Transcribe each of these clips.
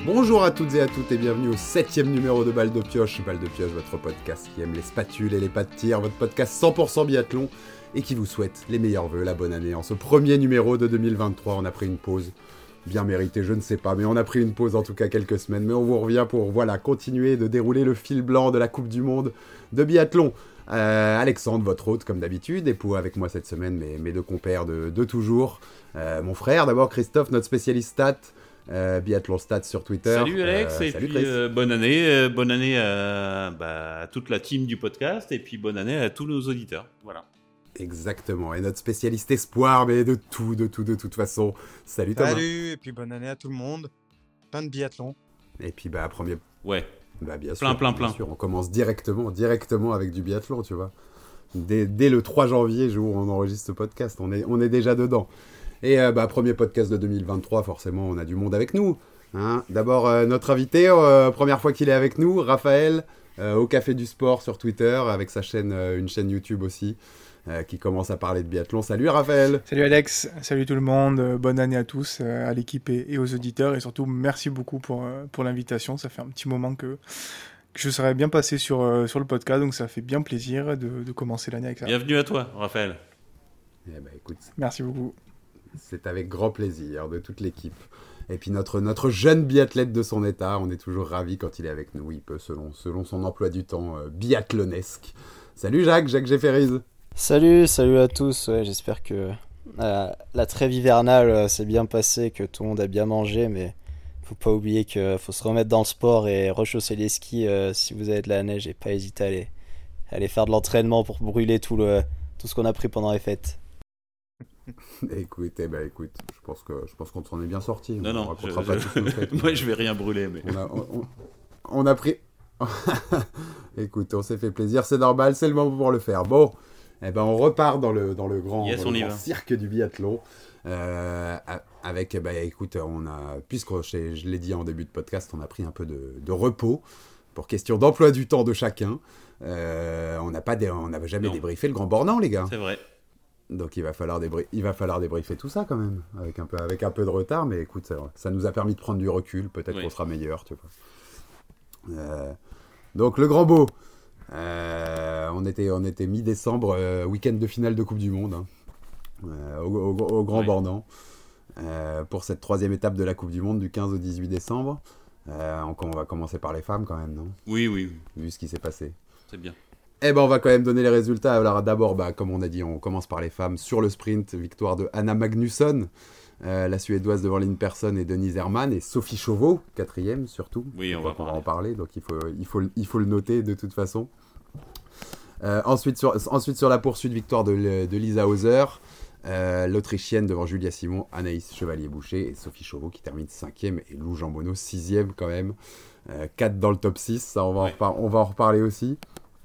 Bonjour à toutes et à toutes et bienvenue au 7ème numéro de Balle de Pioche. Balle de Pioche, votre podcast qui aime les spatules et les pas de tir, votre podcast 100% biathlon et qui vous souhaite les meilleurs vœux, la bonne année. En ce premier numéro de 2023, on a pris une pause bien méritée, je ne sais pas, mais on a pris une pause en tout cas quelques semaines. Mais on vous revient pour continuer de dérouler le fil blanc de la Coupe du Monde de biathlon. Alexandre, votre hôte comme d'habitude, et pour avec moi cette semaine mes deux compères de toujours. Mon frère d'abord, Christophe, notre spécialiste stats. Biathlon Stats sur Twitter. Salut Alex, et salut puis Chris. bonne année à toute la team du podcast, et puis bonne année à tous nos auditeurs. Voilà. Exactement, et notre spécialiste espoir, mais de toute façon. Salut Thomas. Salut, et puis bonne année à tout le monde. Plein de biathlon. Et puis premier. Ouais. Bien plein. sûr, bien sûr. On commence directement avec du biathlon, tu vois. Dès le 3 janvier, jour où on enregistre ce podcast, on est déjà dedans. Et premier podcast de 2023, forcément, on a du monde avec nous. Hein. D'abord, notre invité, première fois qu'il est avec nous, Raphaël, au Café du Sport sur Twitter, avec sa chaîne, une chaîne YouTube aussi, qui commence à parler de biathlon. Salut Raphaël. Salut Alex, salut tout le monde, bonne année à tous, à l'équipe et aux auditeurs, et surtout merci beaucoup pour l'invitation. Ça fait un petit moment que je serais bien passé sur le podcast, donc ça fait bien plaisir de commencer l'année avec ça. Bienvenue à toi, Raphaël. Eh ben, écoute, merci beaucoup. C'est avec grand plaisir de toute l'équipe. Et puis notre jeune biathlète de son état, on est toujours ravis quand il est avec nous. Il peut, selon son emploi du temps, biathlonesque. Salut Jacques Géfériz. Salut à tous. Ouais, j'espère que la trêve hivernale s'est bien passée, que tout le monde a bien mangé, mais faut pas oublier qu'il faut se remettre dans le sport et rechausser les skis si vous avez de la neige, et pas hésiter à aller faire de l'entraînement pour brûler tout ce qu'on a pris pendant les fêtes. Écoute, je pense qu'on s'en est bien sorti. Non, fêtes, moi je vais rien brûler, mais on a pris. Écoute, on s'est fait plaisir, c'est normal, c'est le moment pour le faire. Bon, on repart dans le grand cirque du biathlon. Avec, écoute, puisque je l'ai dit en début de podcast, on a pris un peu de repos pour question d'emploi du temps de chacun. On n'a jamais débriefé le Grand Bornand, les gars. C'est vrai. Donc il va falloir débriefer tout ça quand même, avec un peu de retard, mais écoute, ça nous a permis de prendre du recul, peut-être qu'on sera meilleur, tu vois. Donc le Grand Beau, on était mi-décembre, week-end de finale de Coupe du Monde, au Grand Bornand, pour cette 3e étape de la Coupe du Monde du 15 au 18 décembre. On va commencer par les femmes quand même, non ? Oui. Vu ce qui s'est passé. C'est bien. On va quand même donner les résultats. Alors d'abord, comme on a dit, on commence par les femmes. Sur le sprint, victoire de Anna Magnusson, la Suédoise devant Lynn Persson et Denise Herrmann, et Sophie Chauveau, 4e surtout. Oui, on va en parler, donc il faut le noter de toute façon. Ensuite sur la poursuite, victoire de Lisa Hauser, l'Autrichienne devant Julia Simon, Anaïs Chevalier-Boucher et Sophie Chauveau qui termine 5e, et Lou Jean-Bonneau 6e quand même. 4 dans le top 6, ça on va en reparler aussi.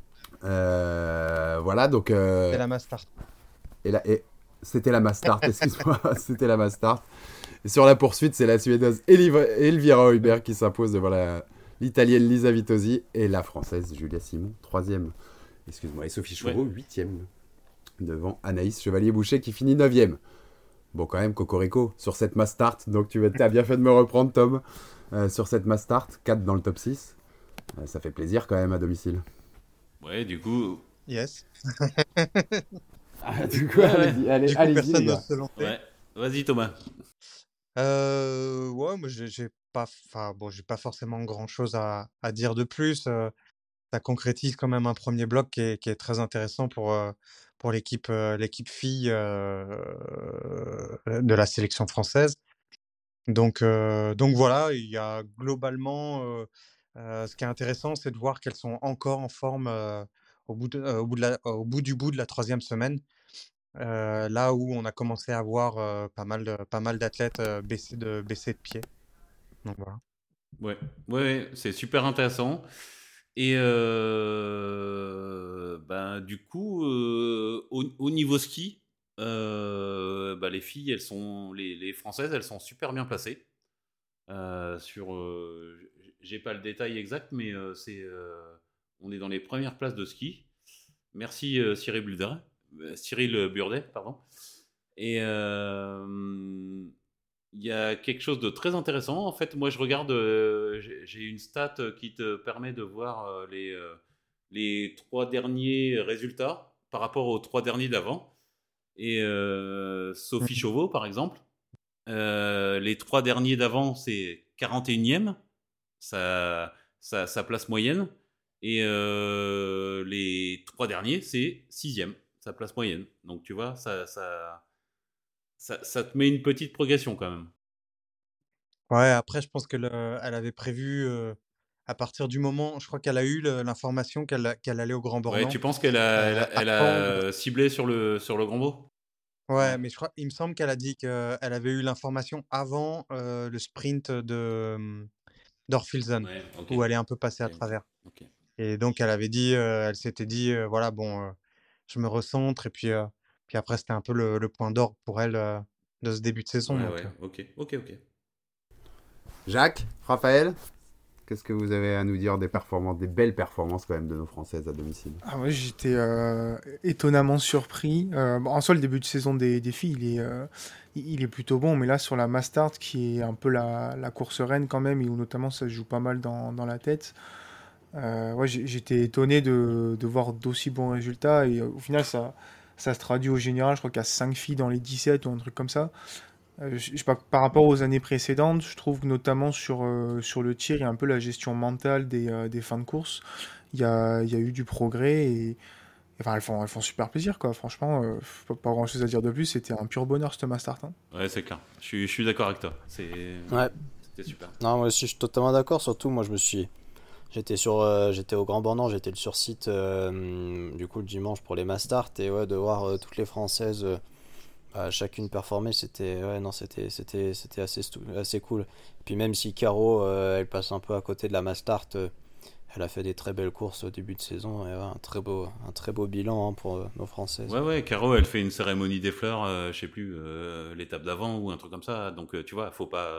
Voilà, donc C'est la Mastart. c'était la Mastart, excuse-moi, c'était la Mastart. Et sur la poursuite, c'est la Suédoise Elvira Heuberg qui s'impose devant l'Italienne Lisa Vitozzi et la Française Julia Simon, 3e. Excuse-moi, et Sophie Chauveau, 8e, devant Anaïs Chevalier-Boucher qui finit 9e. Bon, quand même, Cocorico, sur cette Mastart, donc tu as bien fait de me reprendre, Tom, sur cette Mastart, 4 dans le top 6. Ça fait plaisir quand même à domicile. Ouais, du coup... Yes. Du coup, allez-y, personne les gars. n'ose se lancer. Ouais, vas-y Thomas. Ouais, moi j'ai pas forcément grand-chose à dire de plus. Ça concrétise quand même un premier bloc qui est très intéressant pour l'équipe fille de la sélection française. Donc voilà, il y a globalement, ce qui est intéressant, c'est de voir qu'elles sont encore en forme au bout du bout de la 3e semaine. Là où on a commencé à voir pas mal d'athlètes baisser de pied. Donc voilà. Ouais, c'est super intéressant. Et du coup, au niveau ski, les filles, les Françaises, elles sont super bien placées. J'ai pas le détail exact, mais on est dans les premières places de ski. Merci Cyril Burdet, pardon. Et il y a quelque chose de très intéressant. En fait, moi, je regarde, j'ai une stat qui te permet de voir les 3 derniers résultats par rapport aux 3 derniers d'avant. Et Sophie Mhm. Chauveau, par exemple, les 3 derniers d'avant, c'est 41e, sa place moyenne. Et les 3 derniers, c'est 6e, sa place moyenne. Donc, tu vois, ça te met une petite progression quand même. Ouais, après, je pense qu'elle elle avait prévu, à partir du moment, je crois qu'elle a eu l'information qu'elle allait au Grand Ouais, Bornand, tu penses qu'elle a, elle a, elle attendre. a ciblé sur le Grand Beau? Ouais, Ouais, mais je crois, il me semble qu'elle a dit qu'elle avait eu l'information avant le sprint d'Orfilsen, ouais, ok, où elle est un peu passée à ok, travers. ok. Et donc, elle s'était dit, voilà, bon, je me recentre. Et puis après, c'était un peu le point d'orgue pour elle de ce début de saison. Ouais, Donc, ouais, ok, ok, ok. Jacques, Raphaël, qu'est-ce que vous avez à nous dire des performances, des belles performances quand même de nos Françaises à domicile? Ah ouais, j'étais étonnamment surpris. Bon, en soi, le début de saison des filles, il est plutôt bon, mais là, sur la Mastart, qui est un peu la course reine quand même, et où notamment ça se joue pas mal dans la tête, ouais, j'étais étonné de voir d'aussi bons résultats, et au final, ça se traduit au général, je crois qu'il y a 5 filles dans les 17 ou un truc comme ça. Je sais pas, par rapport aux années précédentes, je trouve que notamment sur le tir, il y a un peu la gestion mentale des fins de course. Il y a eu du progrès et enfin, elles font super plaisir, quoi. Franchement, pas grand-chose à dire de plus. C'était un pur bonheur, ce Mastart, hein. Ouais, c'est clair. Je suis d'accord avec toi. Ouais, C'était super. non, moi aussi, je suis totalement d'accord. Surtout, moi, j'étais au Grand Bornand, j'étais sur site, du coup, le dimanche pour les Mastart. Et ouais, de voir toutes les Françaises, chacune performer, ouais, non, c'était assez cool. Et puis, même si Caro, elle passe un peu à côté de la Mastart, elle a fait des très belles courses au début de saison. Et ouais, un très beau bilan, hein, pour nos Françaises. Ouais, ouais, Caro, elle fait une cérémonie des fleurs, je sais plus, l'étape d'avant ou un truc comme ça. Donc, tu vois, faut pas,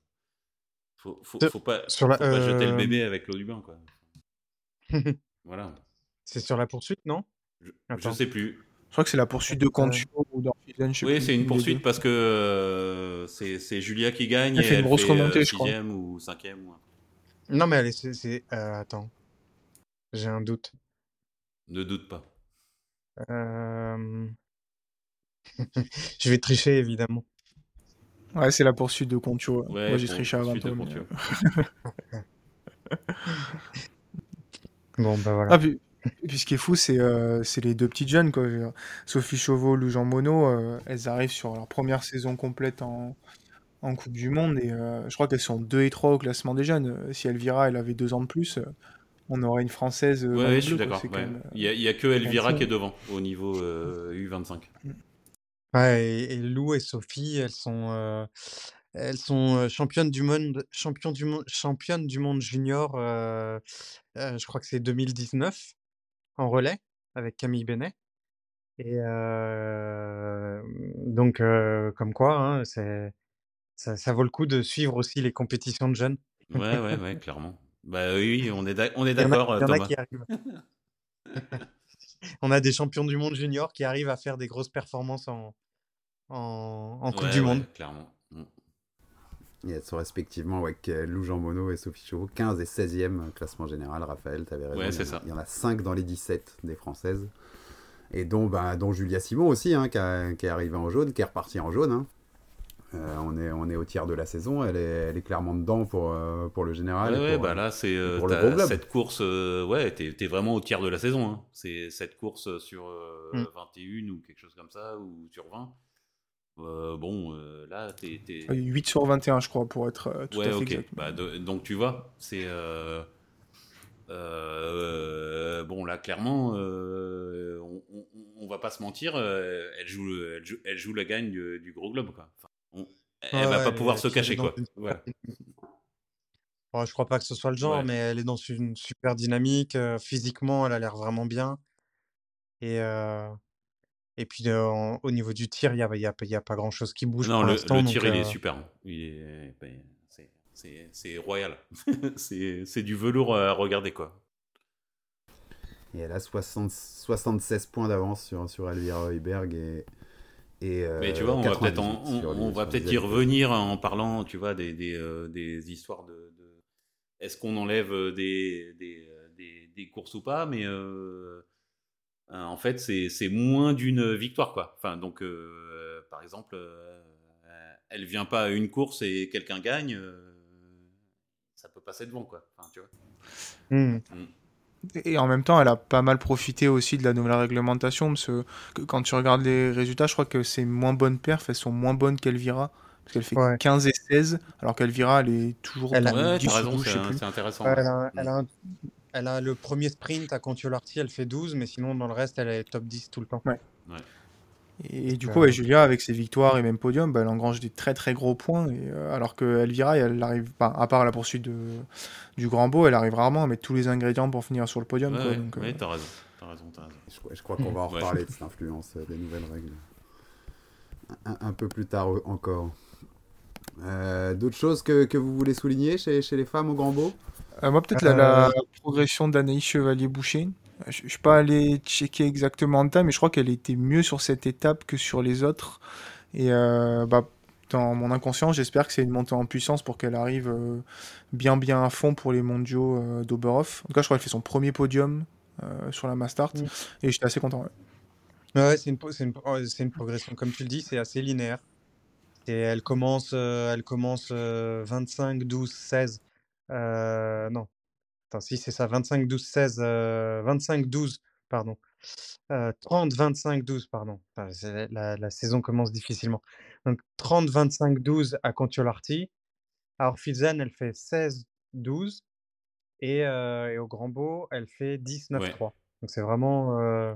Sur sur la, faut pas jeter le bébé avec l'eau du bain, quoi. Voilà. c'est sur la poursuite, non? Je Attends. sais plus. Je crois que c'est la poursuite de Euh, Concho ou d'Orphilène, je sais Oui, plus, c'est une une des deux. poursuite parce que c'est Julia qui gagne Elle et fait une elle grosse fait remontée, je crois. 6e ou 5e. Non, mais attends, j'ai un doute. Ne doute pas. Euh, Je vais tricher, évidemment. Ouais, c'est la poursuite de Concho, ouais. Ouais, Moi, j'ai triché avant poursuite de toi, mais... Contio. Bon, bah voilà. Ah, puis ce qui est fou, c'est les deux petites jeunes, quoi. Je veux dire, Sophie Chauveau, Lou Jean Monod, elles arrivent sur leur première saison complète en Coupe du Monde et je crois qu'elles sont 2 et 3 au classement des jeunes. Si Elvira, elle avait 2 ans de plus, on aurait une Française Ouais, ouais, maillot je suis bleu, quoi. d'accord. C'est quand Ouais. même, Il y a que c'est quand même Elvira fou, qui est hein. devant au niveau U25. Mm. Ouais, et Lou et Sophie, elles sont championnes du monde junior. Je crois que c'est 2019 en relais avec Camille Benet. Et donc, comme quoi, hein, ça vaut le coup de suivre aussi les compétitions de jeunes. Ouais, ouais, ouais, clairement. Bah oui, on est Il y en a, d'accord, il y en a Thomas. qui arrivent. On a des champions du monde junior qui arrivent à faire des grosses performances en Coupe Ouais, du ouais, Monde. clairement. Et elles sont respectivement Lou Jean Monod et Sophie Chauveau, 15 et 16e classement général. Raphaël, tu avais raison, Ouais, c'est ça. il y en a 5 dans les 17 des Françaises. Et dont Julia Simon aussi, hein, qui est arrivée en jaune, qui est repartie en jaune. Hein. On est au tiers de la saison, elle est clairement dedans pour le général Ouais, ouais, bah là, et pour le gros t'as globe. cette course, ouais, t'es vraiment au tiers de la saison, hein. C'est cette course sur Mm. 21 ou quelque chose comme ça, ou sur 20. Bon, là, 8 sur 21, je crois, pour être tout Ouais, à fait ok. exact. Bah, donc, tu vois, c'est... bon, là, clairement, on va pas se mentir, elle joue la gagne du gros globe, quoi. Enfin, Ouais, elle va pas ouais, pouvoir et se puis elle est cacher, dans quoi. une super Voilà. dynamique. Bon, je crois pas que ce soit le genre, Ouais. mais elle est dans une super dynamique. Physiquement, elle a l'air vraiment bien. Et, et puis au niveau du tir, il y a pas grand-chose qui bouge Non, pour le l'instant. tir, Donc, il est super, hein. C'est royal. C'est du velours à regarder, quoi. Et elle a 76 points d'avance sur Elvira Heuberg Et Mais tu vois, on va peut-être 98 on va sur peut-être y Diesel. revenir en parlant, tu vois, des histoires est-ce qu'on enlève des courses ou pas, mais en fait, c'est moins d'une victoire, quoi. Enfin, donc, par exemple, elle vient pas à une course et quelqu'un gagne, ça peut passer devant, quoi. Enfin, tu vois. Hmm. Mm. Et en même temps, elle a pas mal profité aussi de la nouvelle réglementation, parce que quand tu regardes les résultats, je crois que ses moins bonnes perfs, elles sont moins bonnes qu'Elvira, parce qu'elle fait Ouais. 15 et 16, alors qu'Elvira, elle est toujours Elle a, dans les Ouais, 10 t'as ou raison, 12, je sais plus. c'est intéressant. ouais, Ouais. elle a elle a le premier sprint à Contiolahti, elle fait 12, mais sinon, dans le reste, elle est top 10 tout le temps. Ouais. Ouais. Et du Donc, coup, ouais, Julia, avec ses victoires et même podium, bah, elle engrange des très très gros points, alors que Elvira, elle arrive pas, à part la poursuite du Grand Beau, elle arrive rarement à mettre tous les ingrédients pour finir sur le podium, Ouais, quoi. ouais, Donc, ouais, t'as raison. T'as raison, t'as raison. Je crois qu'on va en Ouais. reparler de cette influence des nouvelles règles un peu plus tard encore. D'autres choses que vous voulez souligner chez les femmes au Grand Beau? moi, peut-être la euh, progression d'Anaïs Chevalier-Boucher. Je suis pas allé checker exactement en temps, mais je crois qu'elle était mieux sur cette étape que sur les autres. Et bah, dans mon inconscient, j'espère que c'est une montée en puissance pour qu'elle arrive bien à fond pour les mondiaux d'Oberhof. En tout cas, je crois qu'elle fait son premier podium sur la Mastart. mm. Et j'étais assez content. Ouais. Ouais, c'est une progression. Comme tu le dis, c'est assez linéaire. Et elle commence 25, 12, 16. Non, attends, si c'est ça, 25, 12, 16, 25, 12, pardon. 30, 25, 12, pardon. Enfin, la saison commence difficilement. Donc 30, 25, 12 à Kontiolahti. À Orphizen, elle fait 16, 12. Et au Grand Beau, elle fait 19, Ouais. 3. Donc c'est vraiment.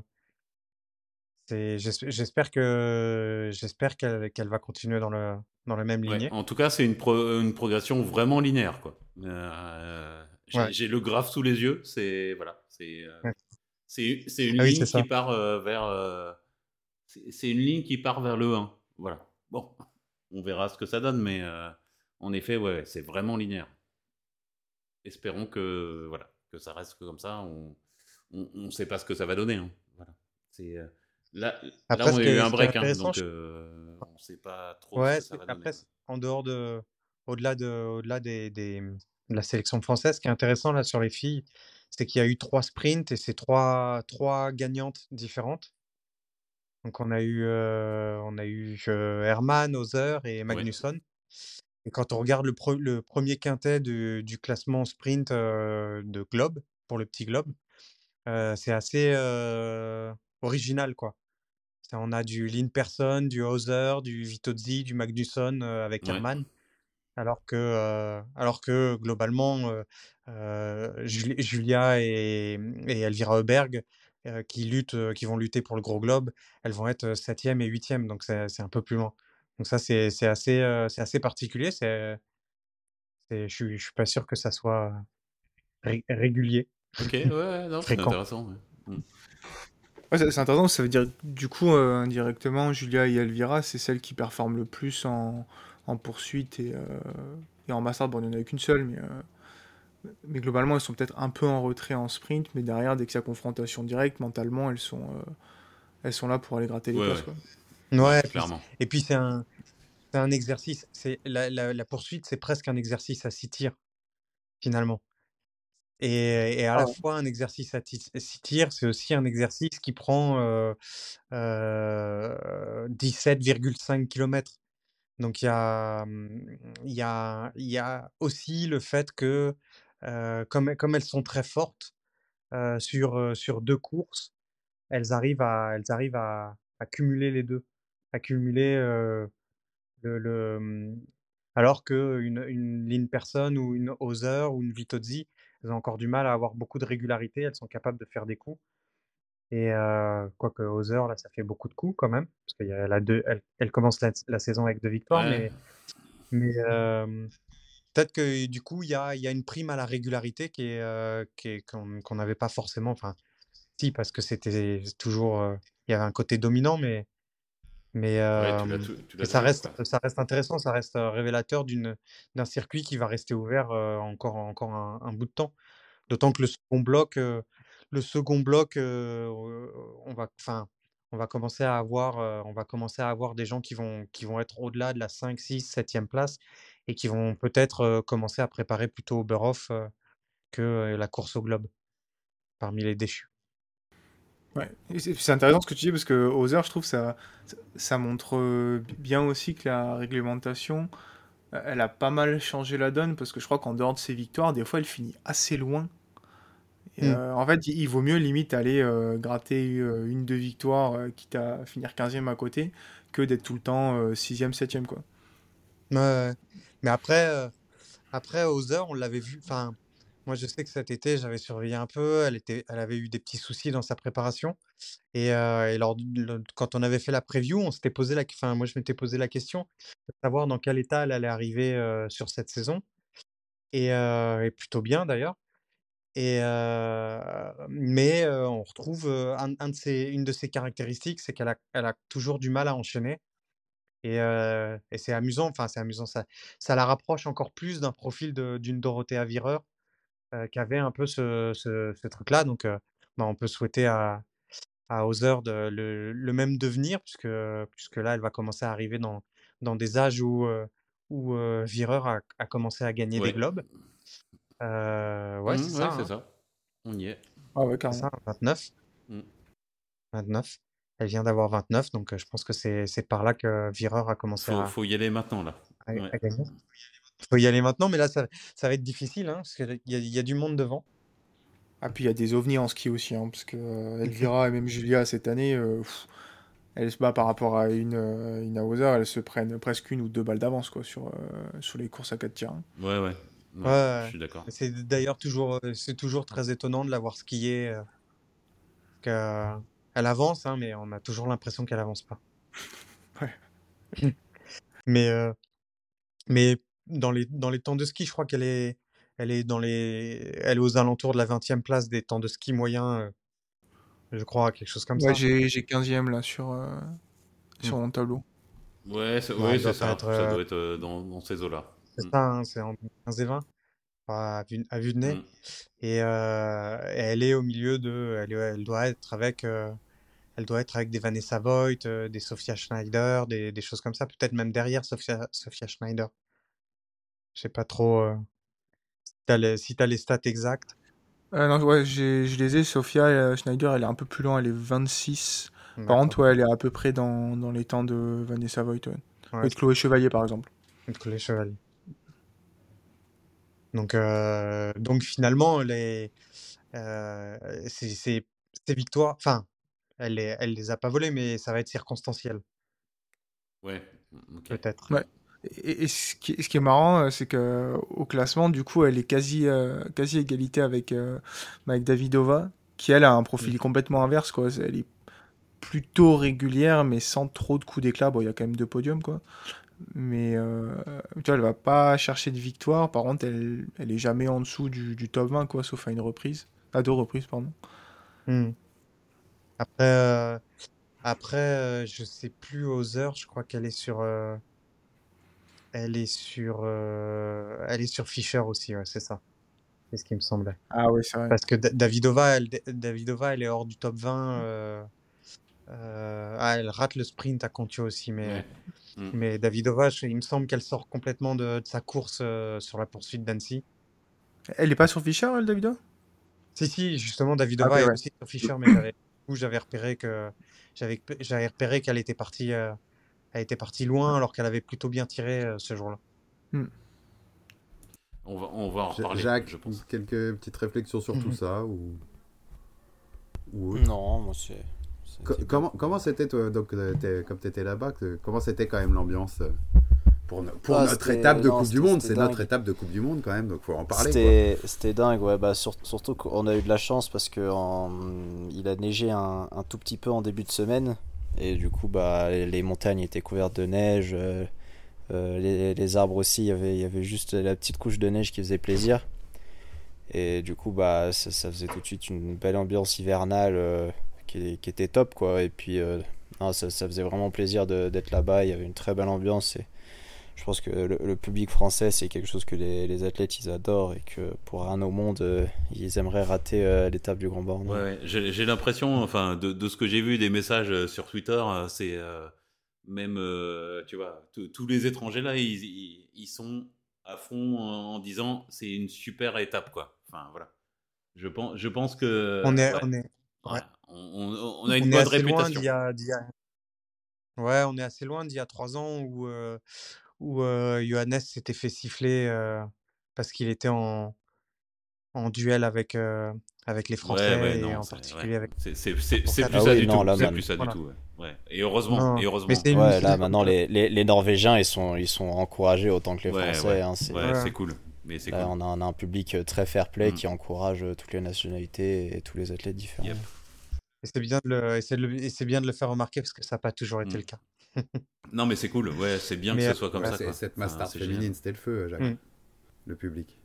J'espère qu'elle va continuer dans la même Ouais. lignée. En tout cas, c'est une progression vraiment linéaire, quoi. Ouais. J'ai le graphe sous les yeux. Voilà, Ouais. c'est une Ah oui, c'est ligne qui ça. part vers. C'est une ligne qui part vers le 1. Voilà. Bon, on verra ce que ça donne, mais en effet, ouais, c'est vraiment linéaire. Espérons que voilà que ça reste comme ça. On sait pas ce que ça va donner. Hein. Voilà. C'est là Après, on a eu un ce qui est break, hein, intéressant, donc on sait pas trop ce ouais, que ça va donner. après, en dehors au-delà de la sélection française, ce qui est intéressant là sur les filles, c'est qu'il y a eu 3 sprints et c'est trois gagnantes différentes. Donc on a eu Hermann, Hauser et Ouais, Magnusson. Et quand on regarde le premier quintet du classement sprint de Globe, pour le petit Globe, c'est assez original, quoi. On a du Lynn Persson, du Hauser, du Vitozzi, du Magnusson avec ouais, Hermann, alors que globalement, Julia et Elvira Heuberg, qui vont lutter pour le gros globe, elles vont être 7e et 8e, donc c'est un peu plus loin. Donc ça, c'est assez particulier. Je suis pas sûr que ça soit régulier, ok, ouais, ouais, non, c'est fréquent. intéressant. Ouais. Mm. Ouais, c'est intéressant, ça veut dire que, du coup, indirectement, Julia et Elvira, c'est celles qui performent le plus en poursuite et en master. Bon, il n'y en a eu qu'une seule, mais globalement, elles sont peut-être un peu en retrait en sprint, mais derrière, dès que c'est la confrontation directe, mentalement, elles sont là pour aller gratter les Ouais, places, ouais, quoi. ouais, Ouais, clairement. et puis c'est un exercice. La poursuite, c'est presque un exercice à 6 tirs, finalement. Et à Ah la ouais. fois un exercice à 6 tirs, c'est aussi un exercice qui prend 17,5 kilomètres. Donc il y a aussi le fait que, comme elles sont très fortes sur 2 courses, elles arrivent à cumuler les 2, à cumuler alors qu'une Lynn Persson ou une Hauser ou une Vitozzi, elles ont encore du mal à avoir beaucoup de régularité. Elles sont capables de faire des coups. Et quoique Hauser, là, ça fait beaucoup de coups quand même, parce qu'elle commence la saison avec 2 victoires, Ouais, mais peut-être que du coup, il y a une prime à la régularité qu'on n'avait pas forcément. Enfin, si, parce que c'était toujours, il y avait un côté dominant, mais, ouais, euh, tu mais l'as ça toujours, reste, quoi. ça reste intéressant, ça reste révélateur d'un circuit qui va rester ouvert encore un bout de temps. D'autant que le second bloc, on on va commencer à avoir des gens qui vont être au-delà de la 5, 6, 7e place et qui vont peut-être commencer à préparer plutôt Oberhof que la course au globe parmi les déchus. Ouais. Et c'est intéressant ce que tu dis parce que Other, je trouve ça montre bien aussi que la réglementation, elle a pas mal changé la donne parce que je crois qu'en dehors de ses victoires, des fois, elle finit assez loin. Et, Mm. en fait, il vaut mieux limite aller gratter une, deux victoires, quitte à finir 15e à côté, que d'être tout le temps 6e, 7e, quoi. Ouais, ouais. Mais après Other, on l'avait vu. Enfin, moi, je sais que cet été, j'avais surveillé un peu. Elle avait eu des petits soucis dans sa préparation. Et quand on avait fait la preview, enfin, moi, je m'étais posé la question de savoir dans quel état elle allait arriver sur cette saison. Et plutôt bien d'ailleurs. Mais on retrouve une de ses caractéristiques, c'est qu'elle a toujours du mal à enchaîner. Et c'est amusant, enfin, c'est amusant, ça la rapproche encore plus d'un profil d'une Dorothea Virer qui avait un peu ce truc-là. Donc, bah, on peut souhaiter à Hauser le même devenir, puisque là, elle va commencer à arriver dans des âges où Virer a commencé à gagner des Ouais. globes. Ouais, c'est ça, Ouais, c'est hein, ça. On y est. Ah ouais, c'est carrément. ça, 29. Mm. 29. Elle vient d'avoir 29, donc je pense que c'est par là que Virer a commencé Faut y aller maintenant, là. Ouais. à gagner. Il faut y aller maintenant, mais là, ça va être difficile, hein, parce qu'il y a du monde devant. Ah, puis il y a des ovnis en ski aussi, hein, parce que Elvira et même Julia, cette année, elles se battent par rapport à une Hauser, elles se prennent presque une ou deux balles d'avance, quoi, sur les courses à 4 tirs, hein. Ouais. Ouais, Je suis d'accord. c'est d'ailleurs c'est toujours très étonnant de la voir skier. Elle avance, hein, mais on a toujours l'impression qu'elle avance pas. Ouais. Mais, mais dans les temps de ski, je crois elle est aux alentours de la 20e place des temps de ski moyens, je crois, quelque chose comme Ouais, ça. j'ai 15e là Hmm. sur mon tableau. Ouais, Ouais, oui, elle c'est doit pas ça. être, Ça doit être dans ces eaux-là. c'est ça, hein, c'est en 15 et 20, à vue de nez. Mm. Et elle est au milieu elle doit être avec des Vanessa Voigt, des Sophia Schneider, des choses comme ça, peut-être même derrière Sophia Schneider. Je sais pas trop si t'as les stats exactes. Non, ouais, je les ai. Sophia Schneider, elle est un peu plus loin, elle est 26. Par D'accord. contre, ouais, elle est à peu près dans les temps de Vanessa Voigt, ouais. Ouais, Et de Chloé Chevalier, par exemple. c'est les chevaliers. Donc finalement, euh, ces victoires, enfin, elle les a pas volées, mais ça va être circonstanciel, Ouais. Ok. peut-être. Ouais. Et ce qui est marrant, c'est que au classement, du coup, elle est quasi égalité avec Davidova, qui elle a un Mm. profil complètement inverse, quoi. Elle est plutôt régulière, mais sans trop de coups d'éclat. Bon, il y a quand même deux podiums, quoi. Mais tu vois, elle va pas chercher de victoire. Par contre, elle est jamais en dessous du top 20, quoi, sauf à une reprise. À deux reprises, pardon. Mm. Après, je sais plus aux heures, je crois qu'elle est sur Fischer aussi, ouais, c'est ça. C'est ce qui me semblait. Ah ouais, c'est vrai. Parce que Davidova, elle est hors du top 20. Elle rate le sprint à Conti aussi, mais, Ouais. Mm. mais Davidova, il me semble qu'elle sort complètement de sa course sur la poursuite d'Annecy. Elle est pas sur Fischer, elle, Davida? Si, justement, Ah, ok, Davidova est ouais. aussi sur Fischer, mais j'avais repéré qu'elle était partie loin alors qu'elle avait plutôt bien tiré ce jour-là. Hmm. On va en reparler, Jacques, je pense. quelques petites réflexions sur tout Mhm. ça ou autre. Non, moi c'était bien. Comment c'était, toi, donc, comme tu étais là-bas, comment c'était quand même l'ambiance pour Ah, notre étape de non, Coupe du Monde? c'était C'est notre dingue. étape de Coupe du Monde quand même, donc faut en parler, quoi. C'était dingue, ouais. Bah, surtout qu'on a eu de la chance parce que il a neigé un tout petit peu en début de semaine. Et du coup, bah, les montagnes étaient couvertes de neige. Les arbres aussi, il y avait juste la petite couche de neige qui faisait plaisir. Et du coup, bah, ça faisait tout de suite une belle ambiance hivernale qui était top, quoi. Et puis, non, ça faisait vraiment plaisir d'être là-bas. Il y avait une très belle ambiance. Et je pense que le public français, c'est quelque chose que les athlètes, ils adorent et que pour rien au monde, ils aimeraient rater l'étape du Grand Bornand. Ouais, j'ai l'impression, enfin, de ce que j'ai vu des messages sur Twitter, c'est même, tu vois, tous les étrangers là, ils sont à fond en disant c'est une super étape, quoi. Enfin, voilà. Je pense que On est, ouais, on est, ouais, ouais. on a une On est bonne assez loin réputation. Ouais, on est assez loin d'il y a 3 ans où Johannes s'était fait siffler parce qu'il était en duel avec les Ouais, ouais, Français et non, en ouais. particulier avec C'est plus Ah ça oui, du non, tout. là, C'est plus ça du voilà. tout, ouais. Ouais. Et heureusement, Non, et mais heureusement. c'est une ouais, là, c'est maintenant, les Norvégiens, ils sont encouragés autant que les Ouais, Français. ouais, Hein, ouais, ouais. c'est cool. Mais c'est là, cool. on a un public très fair-play Mm. qui encourage toutes les nationalités et tous les athlètes différents. Yep. Et c'est bien c'est bien de le faire remarquer parce que ça n'a pas toujours été Mm. le cas. Non, mais c'est cool. Ouais, c'est bien que Mais ce soit comme Ouais, ça, quoi. cette Enfin, Mastart c'est féminine, génial. c'était le feu, Jacques. Mm. Le public.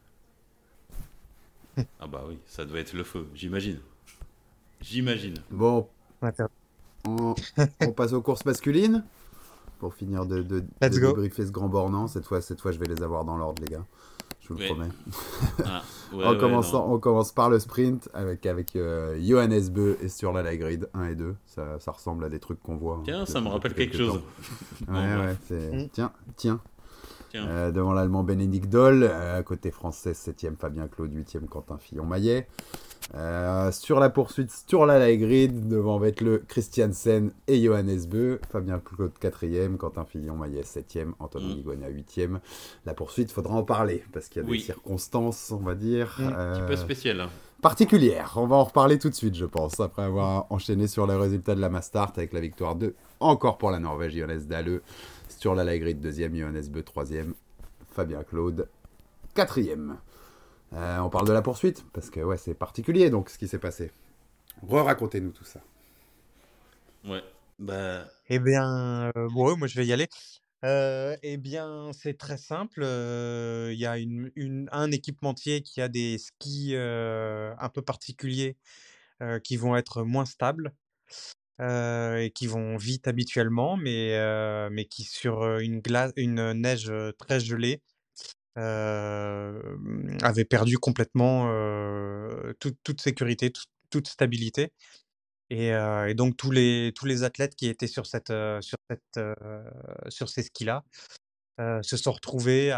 Ah bah oui, ça doit être le feu, j'imagine. J'imagine. Bon, Interdit. on passe aux courses masculines. Pour finir de Let's go. débriefer ce Grand Bornand. Cette fois, je vais les avoir dans l'ordre, les gars. Je vous le Ouais. promets. Ah, ouais, En ouais, commençant, non. on commence par le sprint avec Johannes Beu et Sturla Lagrid 1 et 2. Ça ressemble à des trucs qu'on voit. Tiens, ça me depuis rappelle quelques quelque chose. temps. Bon, Ouais, bah, ouais. C'est... Mm. Tiens. tiens. Devant l'Allemand Bénédicte Doll. Côté français, 7ème Fabien Claude, 8ème Quentin Fillon-Maillet. Sur la poursuite, Sturla Lagrid devant Vettle, Christiansen et Johannes Beu. Fabien Claude 4ème, Quentin Fillon-Maillet 7ème, Antonin Mm. Ligonia 8ème. La poursuite, faudra en parler parce qu'il y a des Oui. circonstances, on va dire, Mm. Un petit peu spécial. Hein. particulières. On va en reparler tout de suite, je pense, après avoir enchaîné sur les résultats de la Mastart avec la victoire 2, encore pour la Norvège, Johannes Dahle. Sturla Lagrid 2ème, Johannes Beu 3ème, Fabien Claude 4ème. On parle de la poursuite, parce que ouais, c'est particulier donc ce qui s'est passé. Racontez-nous tout ça. Ouais. Bah, Eh bien, ouais, moi je vais y aller. Eh bien, c'est très simple. Il y a un équipementier qui a des skis un peu particuliers qui vont être moins stables et qui vont vite habituellement, mais qui sur une neige très gelée avait perdu complètement toute sécurité, toute stabilité. Et donc tous les athlètes qui étaient sur ces skis-là se sont retrouvés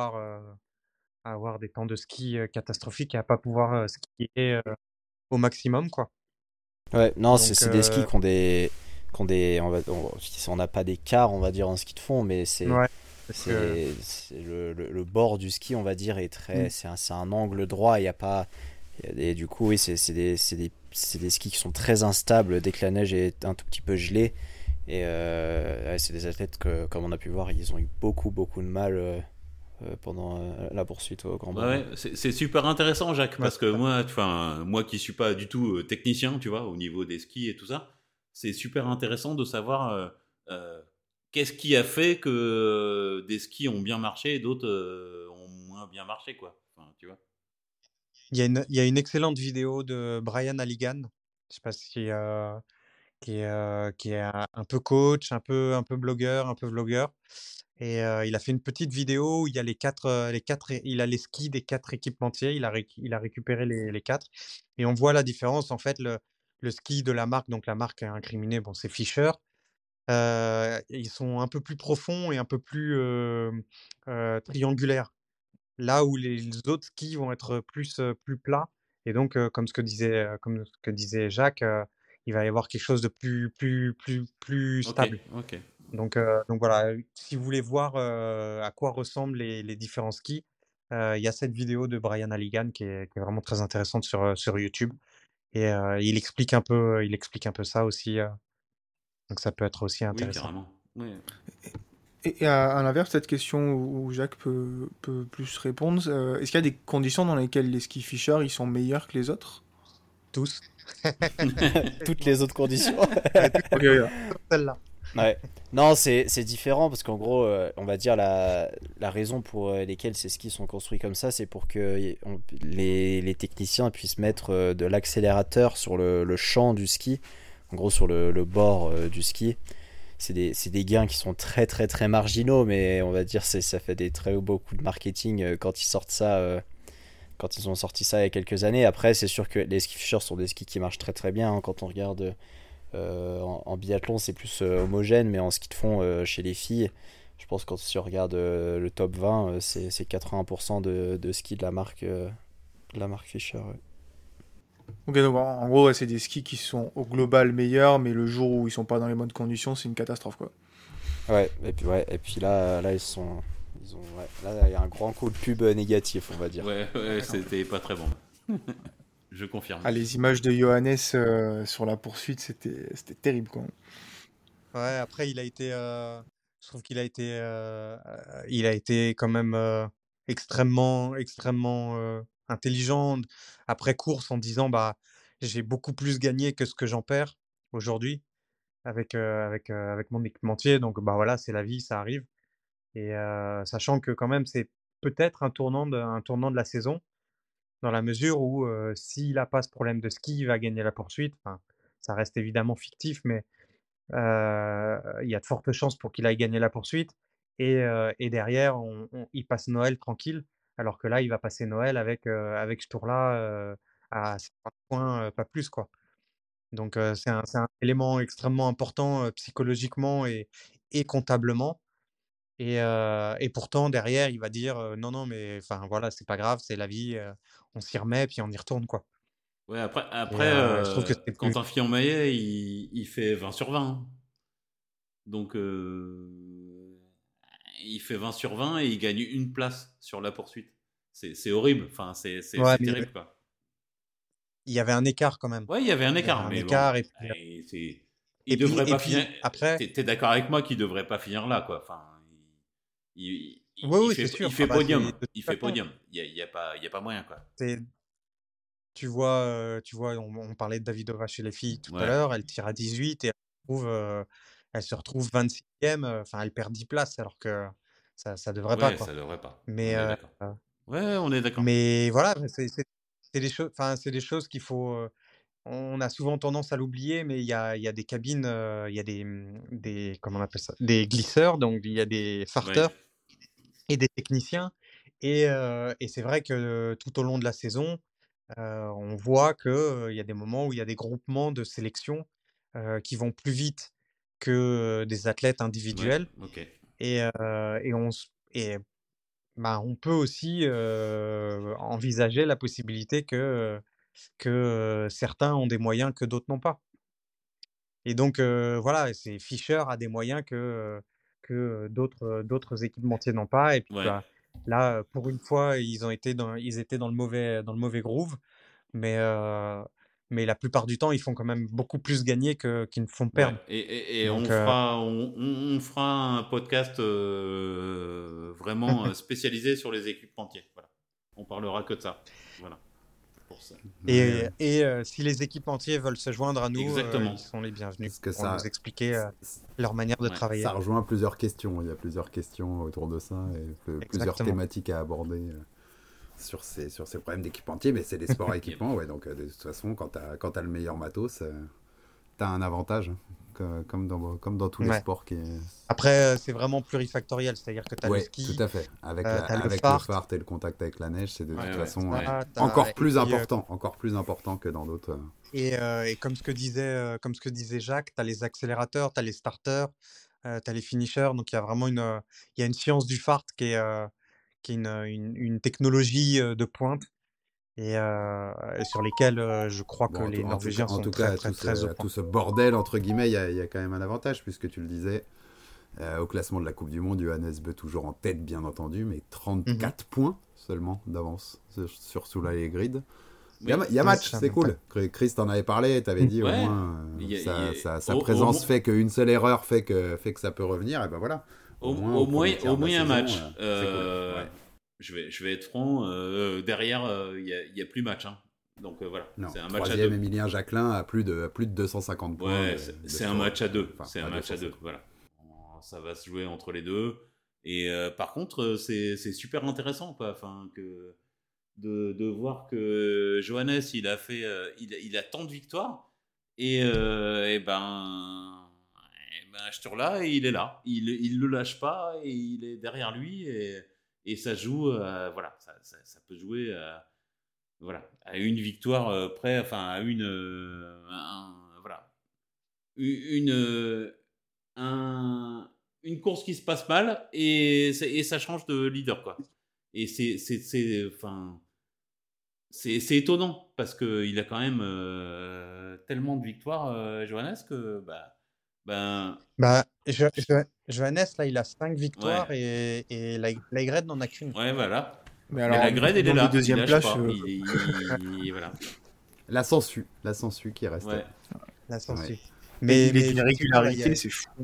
à avoir des temps de ski catastrophiques et à pas pouvoir skier au maximum, quoi. Ouais, non, Donc, c'est des skis qui ont des on n'a pas des quarts, on va dire, en ski de fond, mais ouais, parce que c'est le bord du ski, on va dire, est très, c'est un angle droit, il y a pas, et du coup, oui, c'est des skis qui sont très instables dès que la neige est un tout petit peu gelée, et ouais, c'est des athlètes que, comme on a pu voir, ils ont eu beaucoup de mal pendant la poursuite au Grand Bornand. ouais, c'est super intéressant, Jacques, Ouais, parce que moi qui suis pas du tout technicien, tu vois, au niveau des skis et tout ça, c'est super intéressant de savoir qu'est-ce qui a fait que des skis ont bien marché et d'autres ont moins bien marché, quoi. Enfin, tu vois. il y a une excellente vidéo de Brian Halligan, je sais pas si qui est un peu coach, un peu blogueur, un peu vlogueur. Et il a fait une petite vidéo où il y a il a les skis des 4 équipementiers, il a récupéré les 4 et on voit la différence. En fait, le ski de la marque, donc la marque incriminée, bon, c'est Fischer. Ils sont un peu plus profonds et un peu plus, triangulaires. Là où les autres skis vont être plus plats et donc comme ce que disait Jacques, il va y avoir quelque chose de plus Ok, stable. ok. Donc voilà, si vous voulez voir, à quoi ressemblent les différents skis, il y a cette vidéo de Brian Halligan qui est vraiment très intéressante sur YouTube et il explique un peu ça aussi, donc ça peut être aussi Oui, intéressant. carrément. Ouais. Et à l'inverse, cette question où Jacques peut plus répondre, est-ce qu'il y a des conditions dans lesquelles les skis Fischer ils sont meilleurs que les autres? Tous. Toutes les autres conditions. Ouais, Ok, ok. sauf celle-là. Ouais. Non, c'est différent parce qu'en gros, on va dire la raison pour lesquelles ces skis sont construits comme ça, c'est pour que les techniciens puissent mettre de l'accélérateur sur le champ du ski, en gros sur le bord du ski. c'est des gains qui sont très très très marginaux, mais on va dire ça fait des très beaux coups de marketing quand ils sortent ça. Quand ils ont sorti ça il y a quelques années. Après, c'est sûr que les skis Fisher sont des skis qui marchent très très bien, hein. Quand on regarde en biathlon, c'est plus homogène, mais en ski de fond, chez les filles, je pense que quand si on regarde le top 20, c'est 80% de skis de la marque Fisher. Ouais. Ok, donc en gros, ouais, c'est des skis qui sont au global meilleurs, mais le jour où ils sont pas dans les bonnes conditions, c'est une catastrophe, quoi. Ouais, et puis là là, il y a un grand coup de pub négatif, on va dire. Ouais, c'était pas très bon. Je confirme. Ah, les images de Johannes sur la poursuite, c'était terrible, quoi. Ouais, après, je trouve il a été quand même extrêmement intelligent après course en disant, bah, j'ai beaucoup plus gagné que ce que j'en perds aujourd'hui avec mon équipementier. Donc, bah voilà, c'est la vie, ça arrive. Et sachant que quand même, c'est peut-être un tournant de la saison, dans la mesure où s'il n'a pas ce problème de ski, il va gagner la poursuite. Enfin, ça reste évidemment fictif, mais il y a de fortes chances pour qu'il aille gagner la poursuite et derrière il passe Noël tranquille, alors que là, il va passer Noël avec ce tour-là, à 50 points, pas plus, quoi. Donc c'est un élément extrêmement important, psychologiquement et comptablement et pourtant derrière, il va dire: «Non, non, mais enfin voilà, c'est pas grave, c'est la vie, on s'y remet puis on y retourne, quoi». Ouais, après, Et après je trouve que c'est plus Quentin Fillon-Maillet, il fait 20 sur 20, hein. Donc, il fait 20 sur 20 et il gagne une place sur la poursuite. C'est horrible. Enfin, ouais, c'est mais terrible, quoi. il y avait un écart quand même. Ouais, il y avait un Il y avait écart, un mais bon. écart et puis, Il devrait et pas finir. puis après T'es d'accord avec moi qu'il devrait pas finir là, quoi. Enfin, oui, oui, c'est il sûr. Ah fait bah, podium. c'est de toute Il fait façon, podium. Il y a pas moyen, quoi. c'est tu vois, on parlait de Davidova chez les filles tout à Ouais. l'heure, elle tire à 18 et elle se retrouve 26e, enfin elle perd 10 places alors que ça devrait pas, Ouais, quoi. ça devrait pas. Mais On est d'accord. Ouais, on est d'accord. mais voilà, c'est des choses enfin, c'est des choses qu'il faut, on a souvent tendance à l'oublier, mais il y a des cabines, il y a des comment on appelle ça? Des glisseurs, donc il y a des Ouais. farteurs et des techniciens et c'est vrai que tout au long de la saison, on voit que, il y a des moments où il y a des groupements de sélection, qui vont plus vite que, des athlètes Ouais. individuels Ok. et bah, on peut aussi, envisager la possibilité certains ont des moyens que d'autres n'ont pas. Et donc voilà, c'est Fischer a des moyens d'autres équipementiers n'ont pas et puis, Ouais. bah, là, pour une fois, ils étaient dans le mauvais groove, mais mais la plupart du temps, ils font quand même beaucoup plus gagner qu'ils ne font Ouais, perdre. et Donc on fera un podcast vraiment spécialisé sur les équipementiers. Voilà. On parlera que de ça. Voilà. Pour ça. Ouais, si les équipementiers veulent se joindre à nous, Exactement. ils sont les bienvenus parce que pour nous expliquer, c- leur manière de Ouais. travailler. ça rejoint plusieurs questions. Il y a plusieurs questions autour de ça et plusieurs Exactement. thématiques à aborder sur ces problèmes d'équipementier. Mais c'est des sports à Yep. équipement, ouais. Donc de toute façon, quand t'as le meilleur matos, t'as un avantage, hein, comme dans tous les Ouais. sports Après, c'est vraiment plurifactoriel, c'est-à-dire que tu as le Ouais, tout ski, à fait. tu as le Avec le fart, fart et le contact avec la neige, c'est de Ouais, toute ouais, façon ouais. encore et plus puis, important que dans d'autres. et comme ce que disait Jacques, tu as les accélérateurs, tu as les starters, tu as les finishers. Donc, il y a une science du fart qui est une technologie de pointe et sur lesquelles je crois que Bon, les Norvégiens en sont tout cas, très, très, très au à point. tout ce bordel, entre guillemets, il y a quand même un avantage, puisque tu le disais, au classement de la Coupe du Monde, Johannes Beu toujours en tête, bien entendu, mais Mhm. 34 points seulement d'avance sur Soula et Grid. Oui. Il y a Ouais, match, c'est un c'est même pas. cool. Chris t'en avait parlé, t'avais dit au Ouais. moins sa Au présence mo- fait qu'une seule erreur fait que ça peut revenir, et ben voilà. Au moins, au premier tiers au de la moins un saison, match. c'est cool. Ouais. Je vais être franc. Derrière, il y a plus match, hein. Donc voilà, Non, c'est un match à troisième, deux. Emilien Jacquelin à plus de 250 points Ouais, de c'est un score. match à deux. Enfin, C'est un à match à 250. deux. Voilà. Ça va se jouer entre les deux. Et par contre, c'est super intéressant, quoi. Enfin, de voir que Johannes, il a tant de victoires. Et ben, Et ben, Sturla, il est là. Il le lâche pas et il est derrière lui et ça joue. Voilà, ça peut jouer voilà, à une victoire près, enfin à voilà, une, une course qui se passe mal et ça change de leader quoi. Et enfin, c'est étonnant parce qu'il a quand même tellement de victoires, Johannes, que ben, Johannes, là, il a 5 ouais, victoires et Laigred n'en a qu'une. ouais, voilà. Mais Mais alors, la grade, il est nombre de là, il deuxième lâche place, pas. Voilà. La Sangsue qui reste. Ouais. La Ouais. il est d'une effectivement, là, il y a- régularité, c'est fou.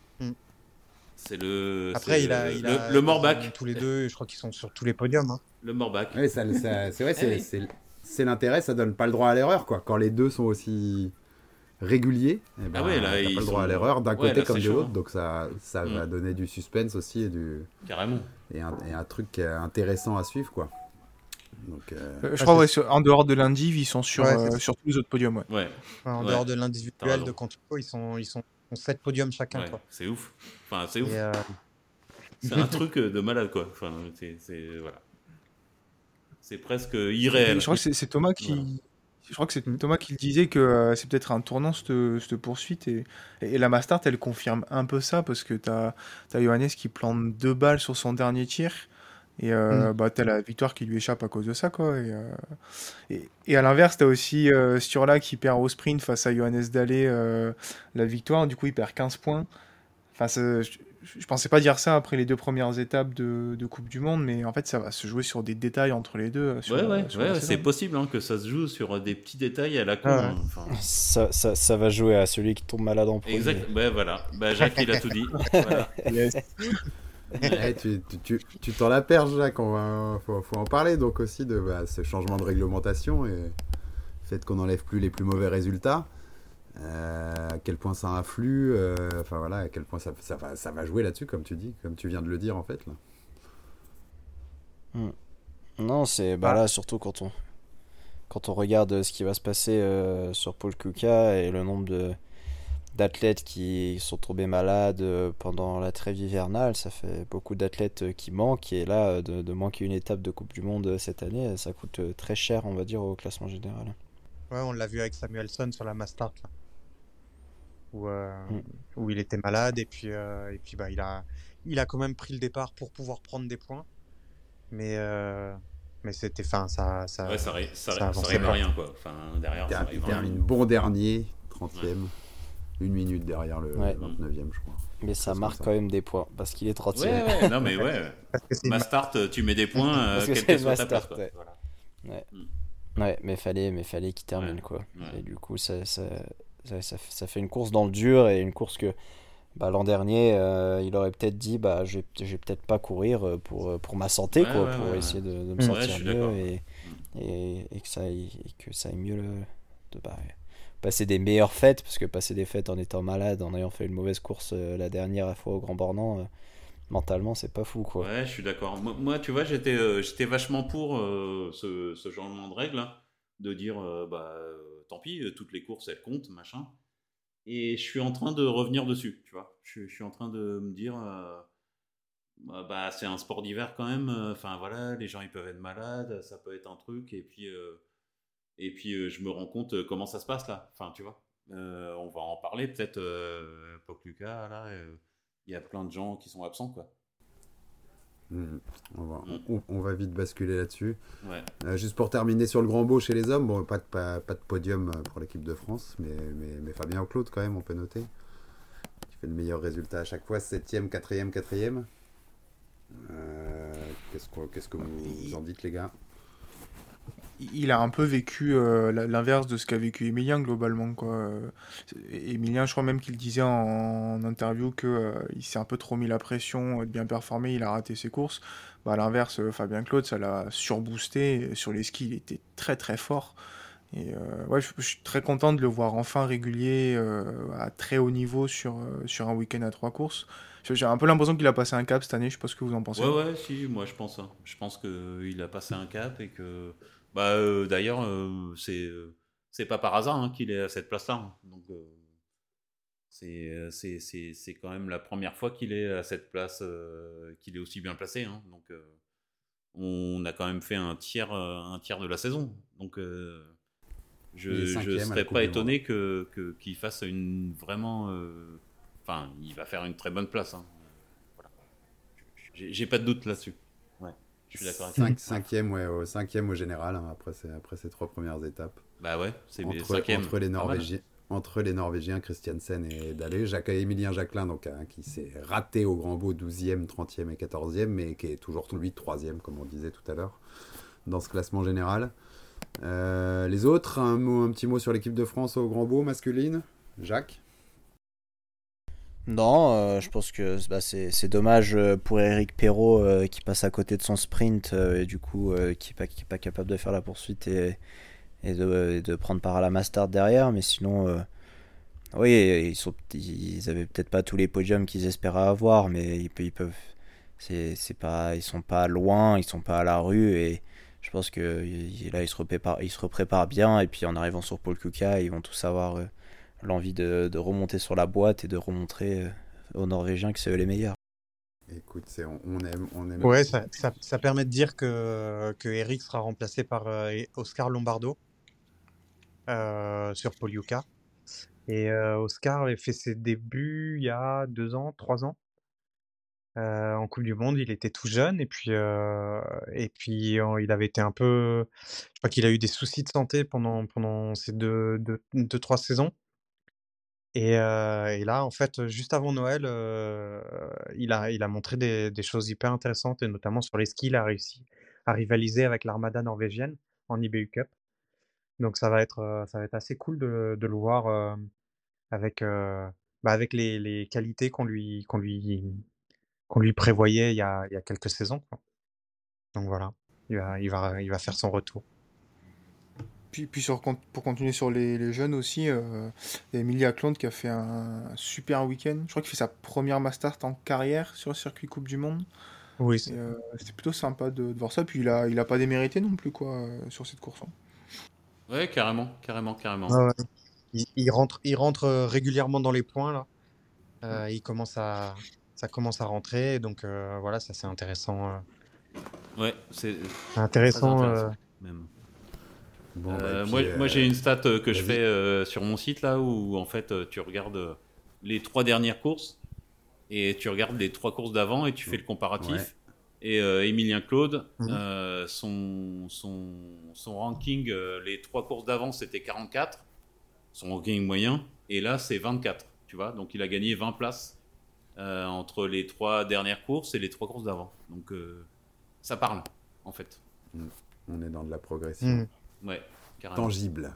C'est Après, le Morbach. tous les deux, je crois qu'ils sont sur tous les podiums. Hein. Le Morbach. Ouais, c'est vrai, Eh oui. c'est l'intérêt, ça donne pas le droit à l'erreur, quoi. Quand les deux sont aussi réguliers, eh ben, Ah ouais, là, t'as pas ils le droit à sont- l'erreur d'un ouais, côté là, comme c'est de chaud, l'autre, hein. donc ça va Mm. donner du suspense aussi Carrément. et un truc intéressant à suivre, quoi. Donc, Je crois, ouais, en dehors de l'Indiv, ils sont Ouais, c'est ça. sur tous les autres podiums. Ouais. Ouais. En Ouais. dehors de T'as l'individuel raison. de Quantico, ils sont 7 podiums chacun. Ouais, Quoi. c'est ouf. Enfin, c'est ouf. Et, C'est un truc de malade, quoi. Enfin, voilà. C'est presque irréel. Je crois que c'est Thomas qui. Voilà. Je crois que c'est Mm. Thomas qui le disait que c'est peut-être un tournant cette poursuite et la Mastart elle confirme un peu ça parce que t'as Johannes qui plante 2 balles sur son dernier tir et t'as la victoire qui lui échappe à cause de ça quoi et à l'inverse t'as aussi Sturla qui perd au sprint face à Johannes Dalle la victoire du coup il perd 15 points enfin je pensais pas dire ça après les 2 premières étapes de Coupe du Monde mais en fait ça va se jouer sur des détails entre les deux sur Ouais, sur la c'est saison. possible hein, que ça se joue sur des petits détails à la con. Ah ouais. Hein. Enfin, Ça va jouer à celui qui tombe malade en premier. exact. Ben voilà. Ben, Jacques, il a tout dit. Voilà. eh, tu t'en la perches, Jacques. Faut en parler donc aussi de ce changement de réglementation et le fait qu'on n'enlève plus les plus mauvais résultats. À quel point ça influe, enfin voilà, à quel point ça va jouer là-dessus, comme tu dis, comme tu viens de le dire en fait. Là. Non, c'est là surtout quand on regarde ce qui va se passer sur Paul Kuka et le nombre d'athlètes qui sont tombés malades pendant la trêve hivernale, ça fait beaucoup d'athlètes qui manquent et là de manquer une étape de Coupe du Monde cette année, ça coûte très cher on va dire au classement général. ouais, on l'a vu avec Samuelson sur la Mastart, là, où il était malade et puis il a quand même pris le départ pour pouvoir prendre des points, mais c'était, enfin ça Ouais, ça avançait rime à pas. rien, quoi. Enfin, derrière, ça Il rime à rien. termine bon dernier, 30e, une minute derrière le Ouais. 29e, je crois. Mais ça Chose marque comme quand même des points parce qu'il est 30e. Ouais, non, mais ouais. Parce que c'est une Mastart, tu mets des points, Parce que quelle c'est que soit ta place, Mastart, quoi. ouais. Voilà. Ouais, mais fallait qu'il termine Ouais. quoi. Ouais. Et du coup ça fait une course dans le dur et une course que l'an dernier il aurait peut-être dit je vais peut-être pas courir pour ma santé Ouais, quoi, ouais, pour ouais, essayer de me Ouais, sentir je suis d'accord. mieux et que ça aille mieux de passer des meilleures fêtes parce que passer des fêtes en étant malade, en ayant fait une mauvaise course la dernière fois au Grand Bornand, mentalement c'est pas fou quoi. Ouais, je suis d'accord. Moi, tu vois, j'étais vachement pour ce changement de règle, hein, de dire, tant pis, toutes les courses, elles comptent, machin. Et je suis en train de revenir dessus, tu vois. Je suis en train de me dire, c'est un sport d'hiver quand même. Enfin, voilà, les gens, ils peuvent être malades, ça peut être un truc. Et puis je me rends compte comment ça se passe, là. Enfin, tu vois. On va en parler, peut-être, Pokluka, là. Il y a plein de gens qui sont absents, quoi. On va vite basculer là-dessus. Ouais. Juste pour terminer sur le grand beau chez les hommes, bon, pas de podium pour l'équipe de France, mais Fabien Auclaud quand même, on peut noter. Qui fait le meilleur résultat à chaque fois, 7e, 4e, 4e. Qu'est-ce que vous en dites les gars? Il a un peu vécu l'inverse de ce qu'a vécu Emilien globalement quoi. Emilien, je crois même qu'il disait en interview que il s'est un peu trop mis la pression de bien performer, il a raté ses courses. À l'inverse, Fabien Claude, ça l'a surboosté. Sur les skis, il était très très fort. Et je suis très content de le voir enfin régulier à très haut niveau sur un week-end à 3 courses. J'ai un peu l'impression qu'il a passé un cap cette année, je sais pas ce que vous en pensez. Ouais, si, moi je pense. Hein. Je pense qu'il a passé un cap et que. D'ailleurs, c'est pas par hasard hein, qu'il est à cette place-là. Hein. Donc, C'est quand même la première fois qu'il est à cette place, qu'il est aussi bien placé. Hein. Donc, on a quand même fait un tiers de la saison. Donc, je ne serais pas étonné qu'il fasse une vraiment. Enfin, il va faire une très bonne place. Hein. Voilà. J'ai pas de doute là-dessus. Ouais, je suis d'accord avec ça. Cinquième au général, hein, après ces 3 premières étapes. Bah ouais, c'est cinquième. Entre les Norvégiens, Christiansen et Dalle, Emilien Jacquelin, donc, qui s'est raté au Grand Beau 12e, 30e et 14e, mais qui est toujours lui 3e, comme on disait tout à l'heure, dans ce classement général. Les autres, un petit mot sur l'équipe de France au Grand Beau masculine, Jacques? Non, je pense que c'est dommage pour Eric Perrault qui passe à côté de son sprint et du coup qui est pas capable de faire la poursuite et de prendre part à la Mastart derrière. Mais sinon, oui, ils avaient peut-être pas tous les podiums qu'ils espéraient avoir, mais ils peuvent. C'est pas, ils sont pas loin, ils sont pas à la rue et je pense que là ils se repréparent bien et puis en arrivant sur Paul Kuka, ils vont tous avoir l'envie de remonter sur la boîte et de remontrer aux Norvégiens que c'est eux les meilleurs. Écoute, on aime. Ouais, ça permet de dire que Eric sera remplacé par Oscar Lombardo sur Paul Kuka. Et Oscar avait fait ses débuts il y a 2 ans, 3 ans. En Coupe du Monde, il était tout jeune et puis il avait été un peu, je crois qu'il a eu des soucis de santé pendant ces 2-3 saisons et là, en fait, juste avant Noël, il a montré des choses hyper intéressantes et notamment sur les skis, il a réussi à rivaliser avec l'armada norvégienne en IBU Cup. Donc ça va être assez cool de le voir, avec les qualités qu'on lui prévoyait il y a quelques saisons, quoi. Donc voilà, il va faire son retour. Puis pour continuer sur les jeunes aussi, il y a Emilia Klont qui a fait un super week-end. Je crois qu'il fait sa première Mastart en carrière sur le circuit Coupe du Monde. Oui, c'était plutôt sympa de voir ça. Puis il a pas démérité non plus quoi sur cette course. Ouais, carrément. ouais. Il rentre régulièrement dans les points là. Ça commence à rentrer, donc voilà, ça c'est intéressant. Ouais, c'est Intéressant. très intéressant même. Bon, moi j'ai une stat que je vas-y. fais sur mon site là où en fait tu regardes les 3 dernières courses et tu regardes les 3 courses d'avant et tu fais le comparatif. Ouais. Et Emilien Claude, Mhm. son ranking, les 3 courses d'avant c'était 44, son ranking moyen, et là c'est 24, tu vois, donc il a gagné 20 places entre les 3 dernières courses et les 3 courses d'avant. Donc ça parle en fait. On est dans de la progression. Mhm. Ouais, carrément. Tangible.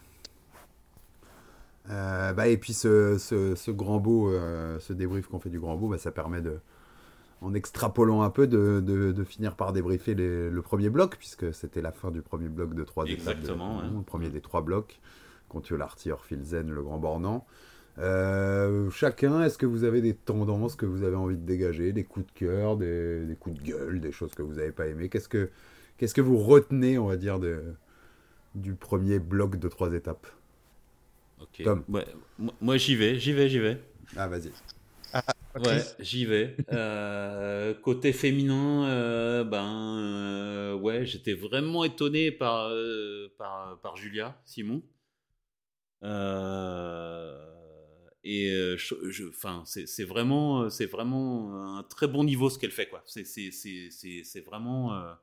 Et puis ce Grand Beau, ce débrief qu'on fait du Grand Beau, ça permet en extrapolant un peu, de finir par débriefer le premier bloc, puisque c'était la fin du premier bloc de 3 étapes. Exactement. Le premier des 3 blocs, Kontiolahti, Orfilsen, le Grand Bornand. Chacun, est-ce que vous avez des tendances que vous avez envie de dégager, des coups de cœur, des coups de gueule, des choses que vous n'avez pas aimées? Qu'est-ce que vous retenez, on va dire, du premier bloc de 3 étapes? Ok. Tom. Ouais, moi j'y vais. Ah, vas-y. Ouais, j'y vais. Côté féminin, ouais, j'étais vraiment étonné par Julia Simon. C'est vraiment un très bon niveau ce qu'elle fait, quoi. C'est vraiment,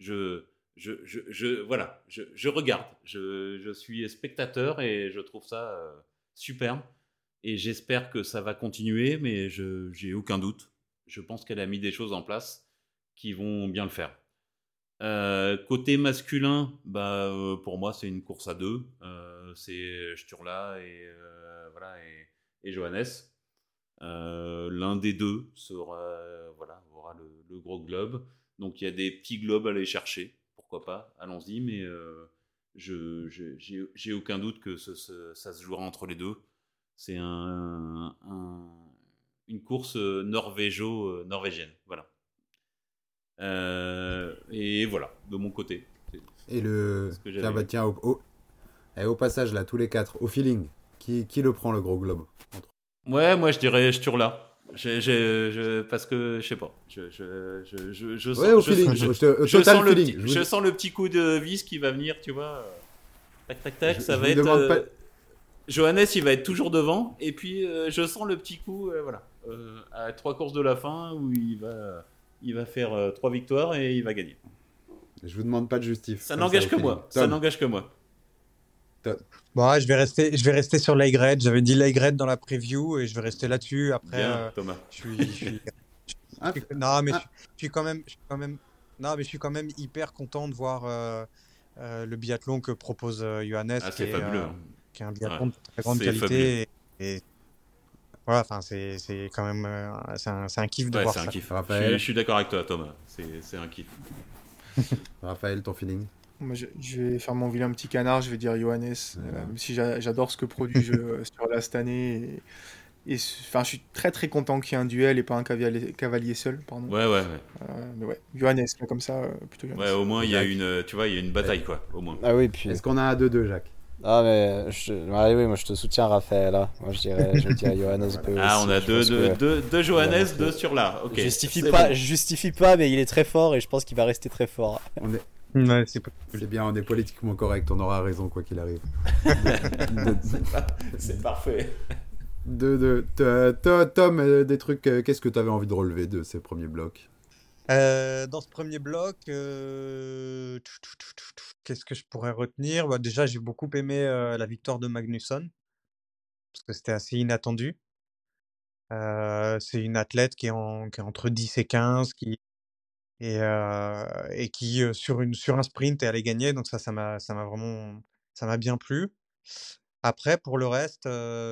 voilà, je regarde, je suis spectateur et je trouve ça super. Et j'espère que ça va continuer, mais j'ai aucun doute. Je pense qu'elle a mis des choses en place qui vont bien le faire. Côté masculin, pour moi, c'est une course à 2. C'est Sturla et Johannes. L'un des deux aura le gros globe. Donc il y a des petits globes à aller chercher. Pourquoi pas, allons-y. Mais j'ai aucun doute que ça se jouera entre les deux. C'est une course norvégienne. Voilà. Et voilà, de mon côté. Et au passage, là, tous les 4, au feeling, qui le prend le gros globe? Ouais, moi je dirais Sturla. Parce que je sais pas. Je sens, Ouais, au feeling. Total feeling. je sens le petit coup de vis qui va venir, tu vois. Tac, tac, tac, ça je va vous être. demande pas. Johannes, il va être toujours devant. Et puis, je sens le petit coup, voilà. À 3 courses de la fin, où il va faire 3 victoires et il va gagner. Je vous demande pas de justif. Ça comme n'engage au que feeling. moi. Ça Tom. n'engage que moi. Bon, ouais, je vais rester sur l'Aigrette. J'avais dit l'Aigrette dans la preview et je vais rester là-dessus. Après, Bien, Thomas. je suis, Ah, non, mais ah. je suis quand même, non, mais je suis quand même hyper content de voir le biathlon que propose Johannes, Ah, c'est fabuleux. qui est un biathlon Ouais, de très grande c'est qualité. Et voilà, enfin, c'est quand même, c'est un kiff de Ouais, voir c'est un ça. kiff. Raphaël. Je suis d'accord avec toi, Thomas. C'est un kiff. Raphaël, ton feeling? Moi, je vais faire mon vilain petit canard, je vais dire Johannes, même si j'adore ce que produit sur là cette année. Enfin, je suis très très content qu'il y ait un duel et pas un cavalier seul, pardon. Ouais. Mais ouais, Johannes, là, comme ça, plutôt Johannes. Ouais, au moins, il y a Jacques. tu vois, il y a une bataille, quoi, au moins. Ah oui, puis. Est-ce qu'on a un 2-2, Jacques? Ah, mais. Ah oui, moi je te soutiens, Raphaël. Là. Moi je dirais Johannes B. Ah, aussi. on a Je pense que deux Johannes, il a montré. deux sur là. Ok. Je C'est justifie pas, mais il est très fort et je pense qu'il va rester très fort. On est... Ouais, c'est pas- C'est bien, on est politiquement correct, on aura raison quoi qu'il arrive. C'est parfait. Tom, des trucs, qu'est-ce que tu avais envie de relever de ces premiers blocs? Dans ce premier bloc, qu'est-ce que je pourrais retenir? Bah, déjà, j'ai beaucoup aimé la victoire de Magnusson, parce que c'était assez inattendu. C'est une athlète qui est entre 10 et 15, et qui, sur un sprint est allée gagner, donc ça m'a bien plu. Après, pour le reste,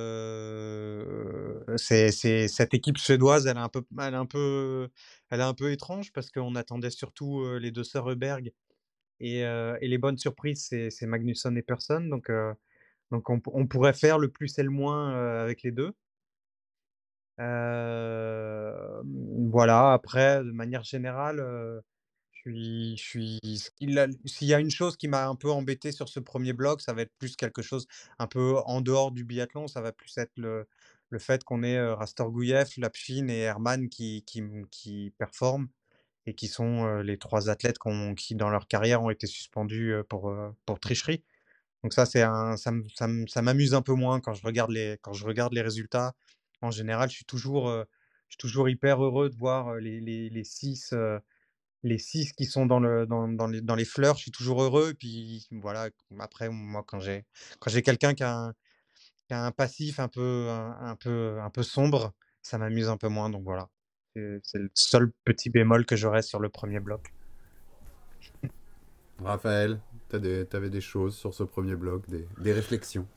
c'est cette équipe suédoise, elle est un peu étrange parce qu'on attendait surtout, les 2 sœurs Heuberg et les bonnes surprises, c'est Magnusson et Persson, donc on pourrait faire le plus et le moins, avec les 2. Voilà, après, de manière générale, je suis s'il y a une chose qui m'a un peu embêté sur ce premier bloc, ça va être plus quelque chose un peu en dehors du biathlon, ça va plus être le fait qu'on ait, Rastorgouyev, Lapchine et Herman qui performent et qui sont, les 3 athlètes qui dans leur carrière ont été suspendus, pour tricherie. Donc ça, c'est un ça m'amuse un peu moins quand je regarde les résultats. En général, je suis toujours hyper heureux de voir, les 6 qui sont dans les fleurs, je suis toujours heureux et puis voilà, après moi quand j'ai quelqu'un qui a un passif un peu sombre, ça m'amuse un peu moins donc voilà. C'est le seul petit bémol que j'aurais sur le premier bloc. Raphaël, t'avais des choses sur ce premier bloc, des réflexions?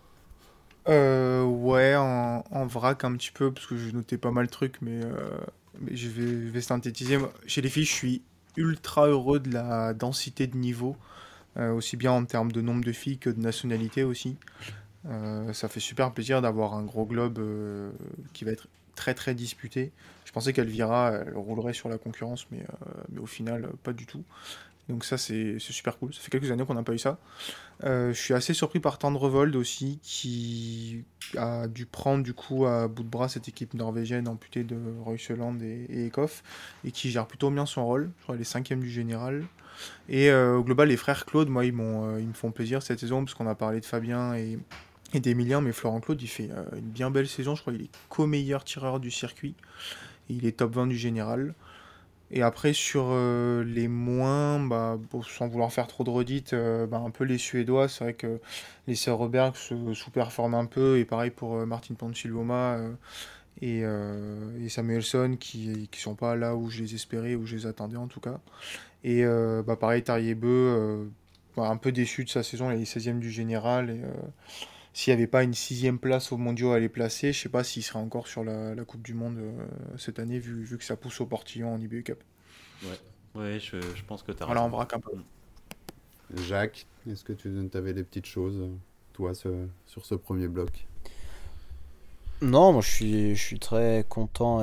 Ouais, en vrac un petit peu, parce que j'ai noté pas mal de trucs, mais je vais synthétiser. Moi, chez les filles, je suis ultra heureux de la densité de niveau, aussi bien en termes de nombre de filles que de nationalité aussi. Ça fait super plaisir d'avoir un gros globe qui va être très très disputé. Je pensais qu'Elvira elle roulerait sur la concurrence, mais au final, pas du tout. Donc ça, c'est super cool. Ça fait quelques années qu'on n'a pas eu ça. Je suis assez surpris par Tendrevold aussi, qui a dû prendre du coup à bout de bras cette équipe norvégienne amputée de Reuseland et Ekoff, et qui gère plutôt bien son rôle. Je crois qu'elle est 5e du général. Et au global, les frères Claude, moi, ils me font plaisir cette saison, parce qu'on a parlé de Fabien et d'Emilien, mais Florent Claude, il fait une bien belle saison. Je crois qu'il est co-meilleur tireur du circuit. Et il est top 20 du général. Et après, sur les moins, bah, sans vouloir faire trop de redites, un peu les Suédois, c'est vrai que les sœurs Robert sous-performent un peu, et pareil pour Martin Ponsiluoma et Samuelsson qui sont pas là où je les espérais, où je les attendais en tout cas. Et pareil, Tariebeu, un peu déçu de sa saison, il est 16e du général, et s'il n'y avait pas une 6e place au mondiaux à les placer, je sais pas s'il serait encore sur la Coupe du Monde cette année, vu que ça pousse au portillon en IBU Cup. Ouais, je pense que t'as Voilà, raison. on braque un peu. Jacques, est-ce que tu avais des petites choses, toi, sur ce premier bloc? Non, moi je suis très content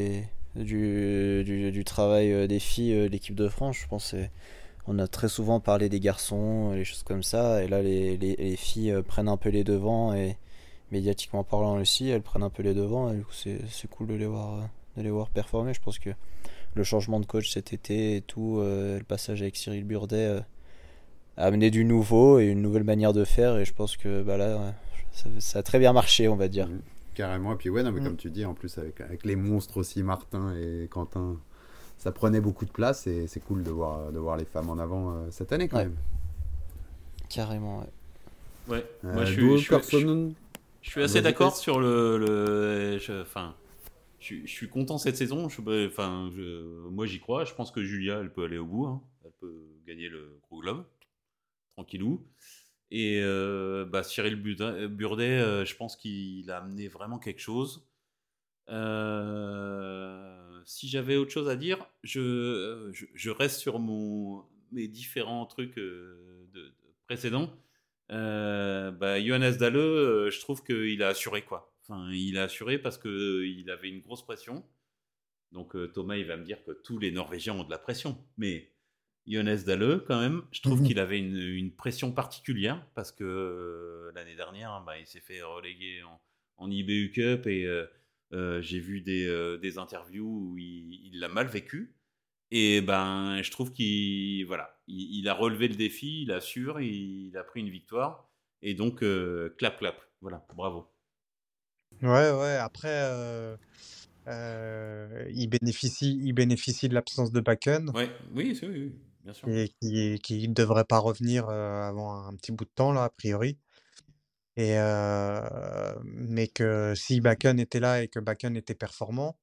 du travail des filles, l'équipe de France. Je pense on a très souvent parlé des garçons, les choses comme ça, et là les filles prennent un peu les devants médiatiquement parlant aussi, elles prennent un peu les devants. Et du coup, c'est cool de les voir performer. Je pense que le changement de coach cet été et tout, le passage avec Cyril Burdet a amené du nouveau et une nouvelle manière de faire. Et je pense que bah là, ça a très bien marché, on va dire. Carrément. Et puis, ouais, non, mais comme tu dis, en plus, avec les monstres aussi, Martin et Quentin, ça prenait beaucoup de place et c'est cool de voir les femmes en avant cette année quand même. Carrément, ouais. Ouais, moi je suis assez Vas-y, d'accord Chris. sur je suis content cette saison. Moi j'y crois. Je pense que Julia, elle peut aller au bout, hein. Elle peut gagner le Gros Globe, tranquillou. Et Cyril Burdet, je pense qu'il a amené vraiment quelque chose. Si j'avais autre chose à dire, je reste sur mes différents trucs précédents. Johannes Dalle, je trouve qu'il a assuré quoi. Enfin, il a assuré parce que il avait une grosse pression. Donc Thomas, il va me dire que tous les Norvégiens ont de la pression, mais Johannes Dalle, quand même, je trouve qu'il avait une pression particulière parce que l'année dernière, il s'est fait reléguer en IBU Cup et j'ai vu des interviews où il l'a mal vécu. Et je trouve il a relevé le défi, il assure, il a pris une victoire. Et donc, clap, clap. Voilà, bravo. Ouais, après, il bénéficie de l'absence de Bakken Ouais, oui, oui, bien sûr. et qui ne devrait pas revenir avant un petit bout de temps, là, a priori. Et, mais que si Bakken était là et que Bakken était performant,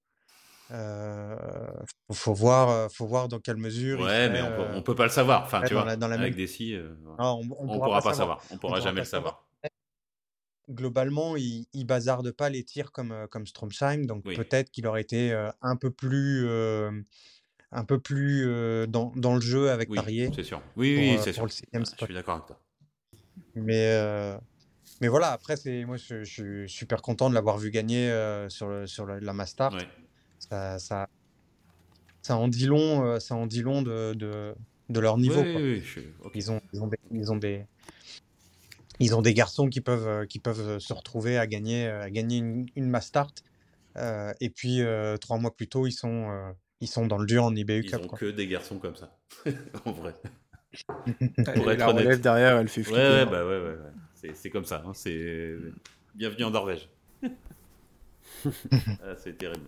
faut voir dans quelle mesure il Ouais, mais serait on peut pas le savoir. Enfin, tu vois, dans la même. avec Dessy, Non, on on pourra pas pourra pas savoir. savoir. On On pourra pourra jamais pas le savoir. savoir. Globalement, il bazarde pas les tirs comme Stromsheim, donc Oui, peut-être qu'il aurait été un peu plus dans le jeu avec oui, Parier c'est sûr. Oui, c'est pour sûr. le 7e Je spot. suis d'accord avec toi. Mais voilà, après, moi, je suis super content de l'avoir vu gagner sur la Mastart. Ouais. Ça ça en dit long de leur Oui, niveau, oui, quoi. oui, ok. Ils ont des garçons qui peuvent se retrouver à gagner une Mastart. Et puis, 3 mois plus tôt, ils sont dans le dur en IBU Ils Cup, ont quoi. que des garçons comme ça, en vrai. Pour Et être la relève honnête. derrière, elle fait flipper, Ouais, hein. ouais. C'est comme ça. Hein. C'est bienvenue en Norvège. Ah, c'est terrible.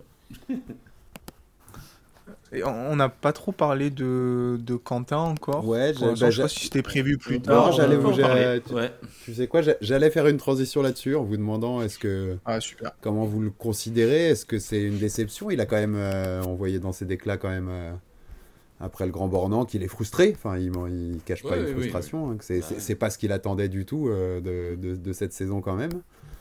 Et on n'a pas trop parlé de Quentin encore. Ouais, Pour l'instant, je sais pas si c'était prévu plus Non, tard. j'allais On peut vous. en parler. Ouais. Tu sais quoi, j'allais faire une transition là-dessus en vous demandant Ah, super. comment vous le considérez. Est-ce que c'est une déception? Il a quand même envoyé dans ses déclats quand même après le Grand Bornand qu'il est frustré. Enfin, il cache pas une Oui. frustration. Hein, que c'est pas ce qu'il attendait du tout de cette saison quand même.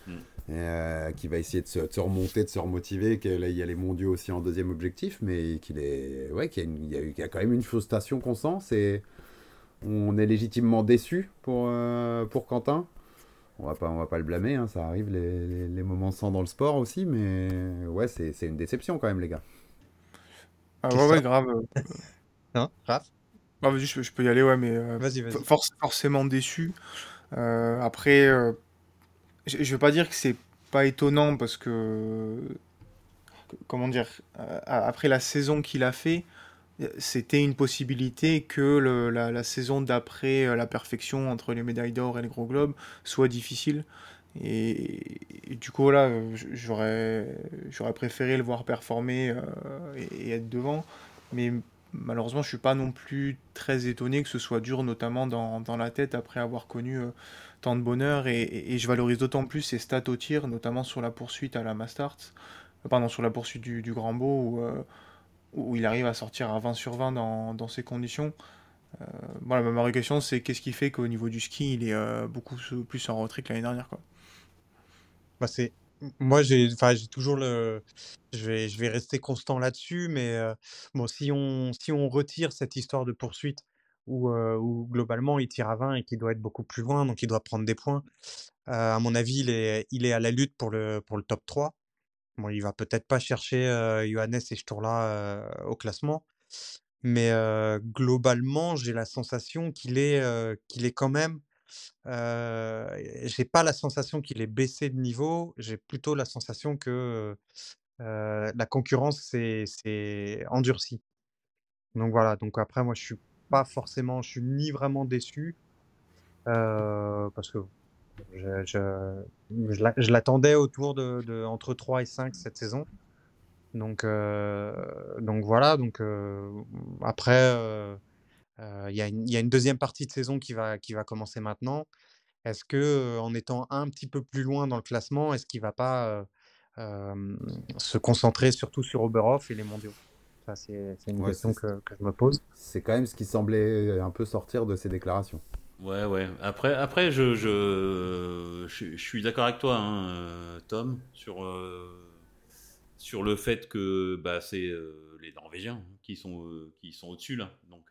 Et, qui va essayer de se remonter, de se remotiver. Que là, il y a les mondiaux aussi en deuxième objectif, mais qu'il y a quand même une frustration qu'on sent. On est légitimement déçu pour Quentin. On va pas le blâmer, hein, ça arrive les moments sans dans le sport aussi, mais ouais, c'est une déception quand même, les gars. Ah, Qu'est-ce ouais, ça? grave. Hein, Raph? Ah, vas-y, je peux y aller, ouais, mais Vas-y. forcément déçu. Après, je vais pas dire que c'est pas étonnant parce que, comment dire, après la saison qu'il a fait, c'était une possibilité que la saison d'après la perfection entre les médailles d'or et les gros globes soit difficile. Et du coup, là, j'aurais préféré le voir performer et être devant. Mais malheureusement, je suis pas non plus très étonné que ce soit dur, notamment dans la tête, après avoir connu tant de bonheur. Et je valorise d'autant plus ses stats au tir, notamment sur la poursuite à la Mastart. Pardon, sur la poursuite du Grand Beau, où il arrive à sortir à 20 sur 20 dans ces conditions. Voilà, ma vraie question, c'est qu'est-ce qui fait qu'au niveau du ski, il est beaucoup plus en retrait que l'année dernière, quoi. Bah, moi, j'ai toujours je vais rester constant là-dessus, mais bon, si on retire cette histoire de poursuite où globalement il tire à 20 et qu'il doit être beaucoup plus loin, donc il doit prendre des points, à mon avis, il est à la lutte pour le top 3. Bon, il va peut-être pas chercher Johannes et Sturla au classement, mais globalement, j'ai la sensation qu'il est quand même j'ai pas la sensation qu'il ait baissé de niveau. J'ai plutôt la sensation que la concurrence s'est endurcie. Donc voilà, donc après moi je suis ni vraiment déçu, parce que je l'attendais autour de entre 3 et 5 cette saison. Donc voilà, après, il y a une deuxième partie de saison qui va commencer maintenant. Est-ce que, en étant un petit peu plus loin dans le classement, est-ce qu'il va pas, se concentrer surtout sur Oberhof et les mondiaux? Ça, c'est une Ouais, question que je me pose. c'est quand même ce qui semblait un peu sortir de ses déclarations. Ouais. Après je suis d'accord avec toi, hein, Tom, sur le fait que bah, c'est les Norvégiens qui sont au-dessus, là. Donc,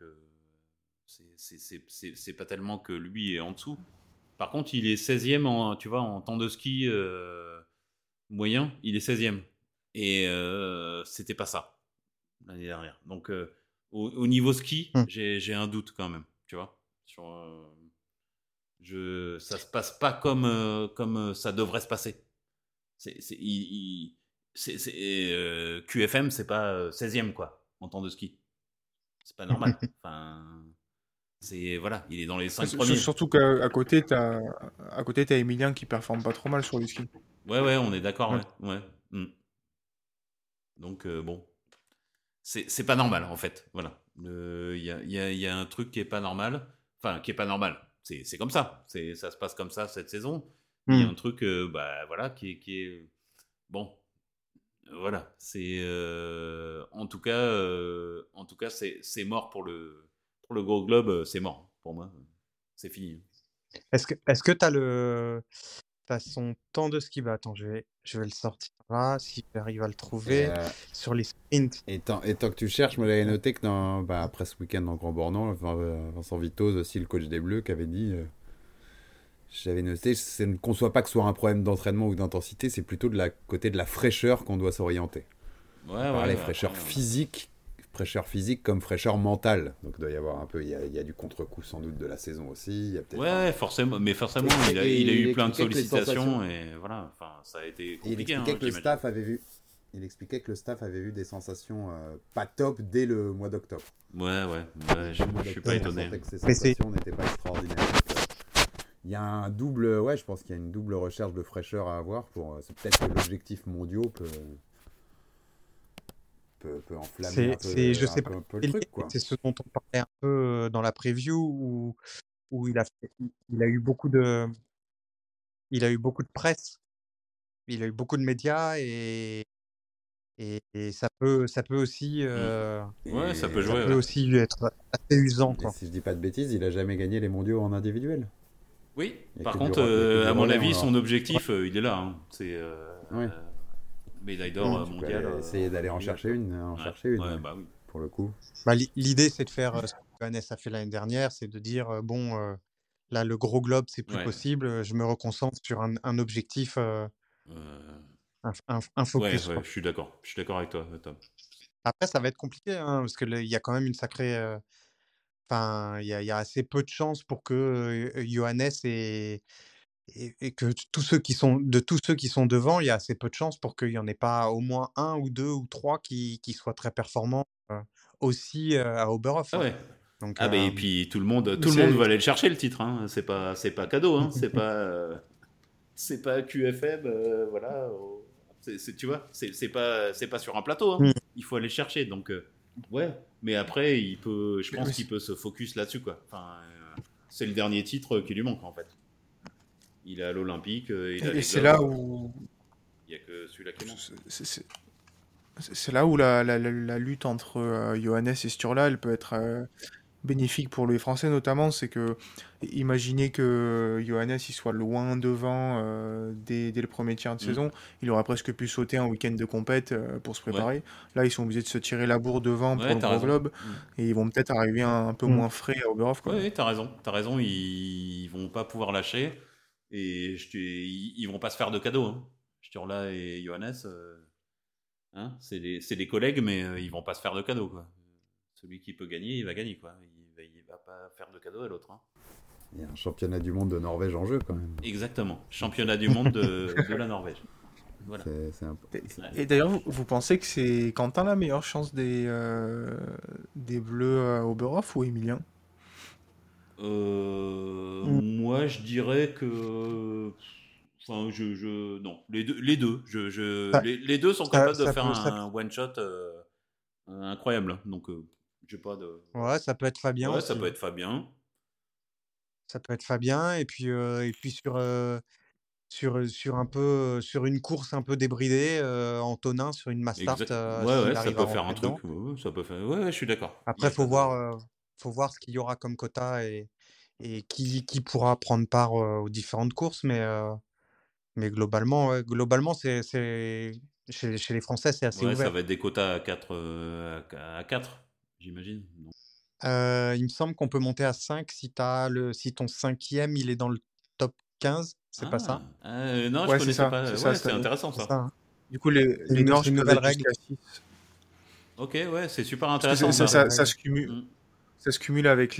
c'est pas tellement que lui est en dessous. Par contre, il est 16e tu vois, en temps de ski moyen, il est 16e. Et c'était pas ça l'année dernière. Donc, au niveau ski, Mmh. j'ai un doute quand même, tu vois. Ça se passe pas comme ça devrait se passer. QFM, c'est pas 16e, quoi, en temps de ski. C'est pas normal. Enfin, voilà, il est dans les 5 premiers. Surtout qu'à côté, t'as Emilien qui performe pas trop mal sur le ski. Ouais, on est d'accord, Mmh. ouais. Mm. Donc, bon, c'est pas normal, en fait. Voilà. Il y a un truc qui est pas normal. Enfin, qui est pas normal. C'est comme ça. Ça se passe comme ça cette saison. Il y a Mmh. un truc, bah, voilà, qui est. Bon, voilà. En tout cas, c'est mort pour le Gros Globe. C'est mort pour moi. C'est fini. Est-ce que t'as son temps de ski? Bah, attends, je vais le sortir là, si j'arrive à le Et, trouver. Sur les sprints. tant que tu cherches, moi j'avais noté que après ce week-end dans Grand Bornand, Vincent Vitoz, aussi le coach des Bleus, qui avait dit j'avais noté, je ne conçois pas que ce soit un problème d'entraînement ou d'intensité, c'est plutôt de la côté de la fraîcheur qu'on doit s'orienter. Ouais, On parlait ouais. fraîcheur physique comme fraîcheur mentale. Donc il doit y avoir un peu, il y a du contre-coup sans doute de la saison aussi. Il y a peut-être Ouais, forcément, mais forcément, il a eu plein de sollicitations et voilà, enfin, ça a été il compliqué. expliquait que le staff avait vu. Il expliquait que le staff avait eu des sensations pas top dès le mois d'octobre. Ouais, je suis pas étonné. On sentait que ces sensations n'étaient pas extraordinaires. Il y a un double, ouais, je pense qu'il y a une double recherche de fraîcheur à avoir pour. C'est peut-être que l'objectif mondial peut enflammer Je sais pas, un peu le truc, quoi. c'est ce dont on parlait un peu dans la preview où il a eu il a eu beaucoup de presse, il a eu beaucoup de médias et ça peut aussi, Ouais, ça peut ça jouer, peut ouais. aussi être assez usant, Et quoi. si je dis pas de bêtises, il a jamais gagné les mondiaux en individuel. Oui, Il y a par que contre, il y a que du à mon relais, avis, alors. son objectif, il est là. Hein. C'est Ouais. médaille d'or Tu peux mondiale. essayer d'aller en chercher une, Ouais, bah oui. pour le coup. Bah, l'idée, c'est de faire ce que Johannes a fait l'année dernière, c'est de dire, bon, là, le gros globe, c'est plus Ouais. possible, je me reconcentre sur un objectif, Euh, un focus, ouais, quoi. je suis d'accord. Je suis d'accord avec toi, Tom. Après, ça va être compliqué, hein, parce que il y a quand même une sacrée, enfin, il y a assez peu de chances pour que Johannes et que tous ceux qui sont devant, il y a assez peu de chances pour qu'il y en ait pas au moins un ou deux ou trois qui soient très performants aussi à Oberhof, Ah hein. ouais. Donc, Ah bah, et puis tout le monde Mais va aller le chercher le titre. Hein. C'est pas cadeau. Hein. C'est pas QFM. Voilà. Tu vois, c'est pas sur un plateau. Hein. Mm. Il faut aller le chercher. Donc ouais. Mais après, je pense qu'il peut se focus là-dessus, quoi. Enfin, c'est le dernier titre qui lui manque en fait. Il est à l'Olympique. Il a et les c'est globes. là où Il y a que celui-là qui manque. c'est là où la lutte entre Johannes et Sturla, elle peut être bénéfique pour les Français notamment. C'est que, imaginez que Johannes il soit loin devant dès le premier tiers de saison, il aurait presque pu sauter un week-end de compète pour se Ouais. préparer. Là, ils sont obligés de se tirer la bourre devant pour Ouais, le t'as Gros raison. Globe et ils vont peut-être arriver un peu moins frais à Oberhof, quoi. Ouais, t'as raison. T'as raison. Ils vont pas pouvoir lâcher et ils vont pas se faire de cadeaux. Hein. Sturla et Johannes, hein, c'est des collègues, mais ils vont pas se faire de cadeaux, quoi. Celui qui peut gagner, il va gagner, quoi. Il va pas faire de cadeaux à l'autre. Hein. Il y a un championnat du monde de Norvège en jeu quand même. Exactement. Championnat du monde de la Norvège. Voilà. C'est un peu- Et d'ailleurs, vous pensez que c'est Quentin la meilleure chance des Bleus à Oberhof ou Emilien? Moi, je dirais que. Enfin, non, les deux. Ça, Les deux sont capables de faire ça un one-shot incroyable. Donc, j'ai pas de. ouais, ça peut être Fabien Ouais, ça aussi. peut être Fabien. Ça peut être Fabien. Et puis sur un peu, sur une course un peu débridée, Antonin sur une Mastart, Exact. Ouais, s'il ouais, ça arrive à peut faire rentrer un truc. dedans. Ouais, ça peut faire. Ouais, je suis d'accord. Il y Après, a pas de. faut voir ce qu'il y aura comme quota et qui pourra prendre part aux différentes courses. Mais globalement, ouais, chez les Français, c'est assez Ouais, ça ouvert. va être des quotas à 4, à 4, j'imagine. Non. Il me semble qu'on peut monter à 5 si ton cinquième, il est dans le top 15. C'est pas ça? Non, je Ouais, connaissais c'est pas. ça Ouais, cette c'est année. intéressant C'est ça. ça, hein. Du coup, les C'est Norges une peuvent nouvelle être règle. jusqu'à 6. Ok, ouais, c'est super Parce que intéressant C'est une ça. nouvelle ça règle. se cumule, Mm. ça se cumule avec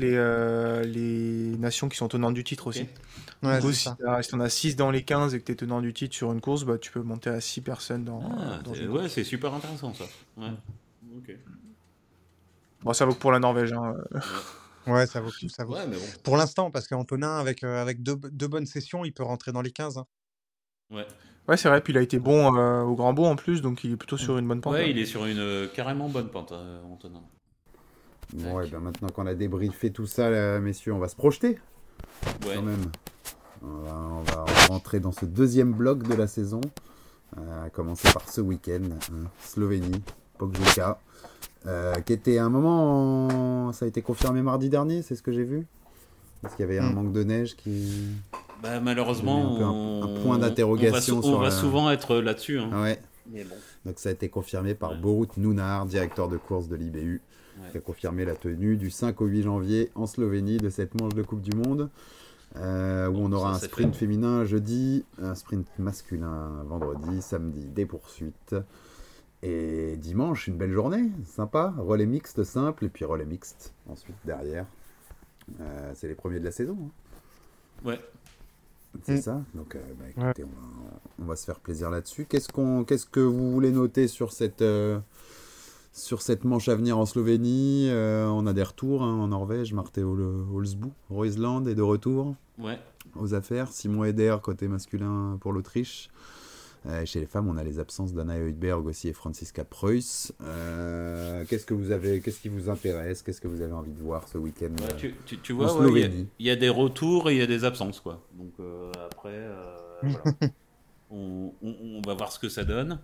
les nations qui sont tenantes du titre Ok. aussi. Ouais, Du coup, c'est si ça. t'en as 6 dans les 15 et que t'es tenant du titre sur une course, bah, tu peux monter à 6 personnes dans une Ouais, course. c'est super intéressant ça. Ouais. Ok. Bon, ça vaut que pour la Norvège, hein. Ouais. Ouais, ça vaut le coup, ça vaut le Ouais, coup. mais bon. Pour l'instant, parce qu'Antonin, avec deux bonnes sessions, il peut rentrer dans les 15, hein. Ouais. Ouais, c'est vrai, puis il a été bon au Grand Bourg en plus, donc il est plutôt sur une bonne pente. Ouais, Ouais. il est sur une carrément bonne pente, Antonin. Bon, et Tac. bien maintenant qu'on a débriefé tout ça, là, messieurs, on va se projeter Ouais. quand même. On va rentrer dans ce deuxième bloc de la saison. À commencer par ce week-end, hein, Slovénie, Pokljuka, qui était un moment, ça a été confirmé mardi dernier, c'est ce que j'ai vu. Parce qu'il y avait un Mm. manque de neige qui Bah, donnait malheureusement, un peu un point d'interrogation on sur va la... souvent être là-dessus. Hein. Ouais. Mais bon. Donc ça a été confirmé par Ouais. Borut Nunar, directeur de course de l'IBU, qui a confirmé la tenue du 5 au 8 janvier en Slovénie de cette manche de Coupe du Monde. Où on aura Ça, un c'est sprint fait. féminin jeudi, un sprint masculin vendredi, samedi des poursuites. Et dimanche, une belle journée, sympa, relais mixte simple et puis relais mixte ensuite derrière. C'est les premiers de la saison, hein. Ouais. C'est Mm. ça. Donc écoutez, on va se faire plaisir là-dessus. Qu'est-ce que vous voulez noter sur cette manche à venir en Slovénie? On a des retours, hein, en Norvège. Marte Holzbu, Roisland est de retour Ouais. aux affaires. Simon Eder côté masculin pour l'Autriche. Chez les femmes, on a les absences d'Anna Heudberg aussi et Franziska Preuss. Qu'est-ce qui vous intéresse? Qu'est-ce que vous avez envie de voir ce week-end Ouais, tu en vois, Slovénie? il y a des retours et il y a des absences, quoi. Donc après, voilà. On va voir ce que ça donne.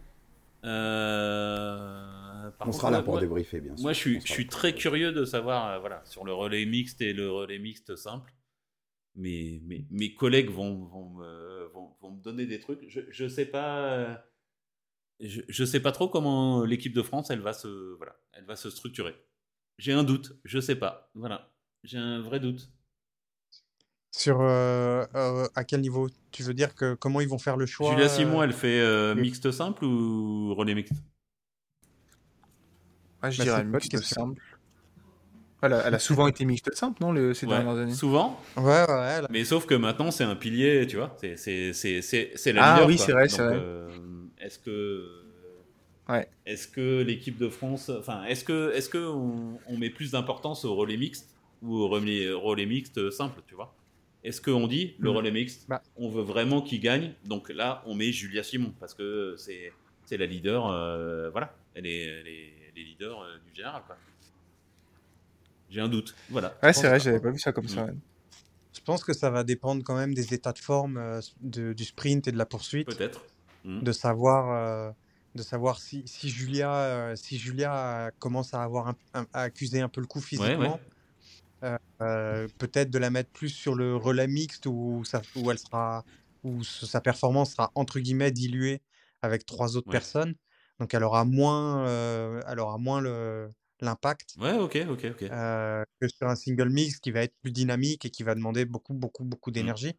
Par On contre, sera là pour moi, débriefer, bien sûr. moi, je On sera suis là pour très débriefer. curieux de savoir, voilà, sur le relais mixte et le relais mixte simple. Mes collègues vont me donner des trucs. Je sais pas. Je sais pas trop comment l'équipe de France elle va se structurer. J'ai un doute, je sais pas. Voilà, j'ai un vrai doute. À quel niveau? Tu veux dire que comment ils vont faire le choix Julia Simon, elle fait les- mixte simple ou relais mixte? Ah, je Bah, c'est dirais une bonne mixte question. simple. Elle a souvent été mixte simple, non, ces Ouais, dernières années? souvent. Ouais, là. Mais sauf que maintenant c'est un pilier, tu vois. C'est la Ah leader, oui, quoi. c'est vrai, c'est Donc vrai. Ouais. est-ce que l'équipe de France, enfin, est-ce que on met plus d'importance au relais mixte ou au relais mixte simple, tu vois? Est-ce qu'on dit le Mm. relais mixte, Bah, on veut vraiment qu'il gagne, donc là on met Julia Simon parce que c'est la leader, voilà, elle est leader du général, quoi. J'ai un doute, voilà. Ouais, je c'est pense, vrai, j'avais pas vu ça comme ça. Mm. Ouais. je pense que ça va dépendre quand même des états de forme du sprint et de la poursuite, Peut-être. Mm. de savoir si Julia commence à à accuser un peu le coup Ouais, ouais. physiquement. Peut-être de la mettre plus sur le relais mixte où sa performance sera entre guillemets diluée avec 3 autres Ouais. personnes. Donc elle aura moins l'impact Ouais, ok. que sur un single mix qui va être plus dynamique et qui va demander beaucoup Mm. d'énergie.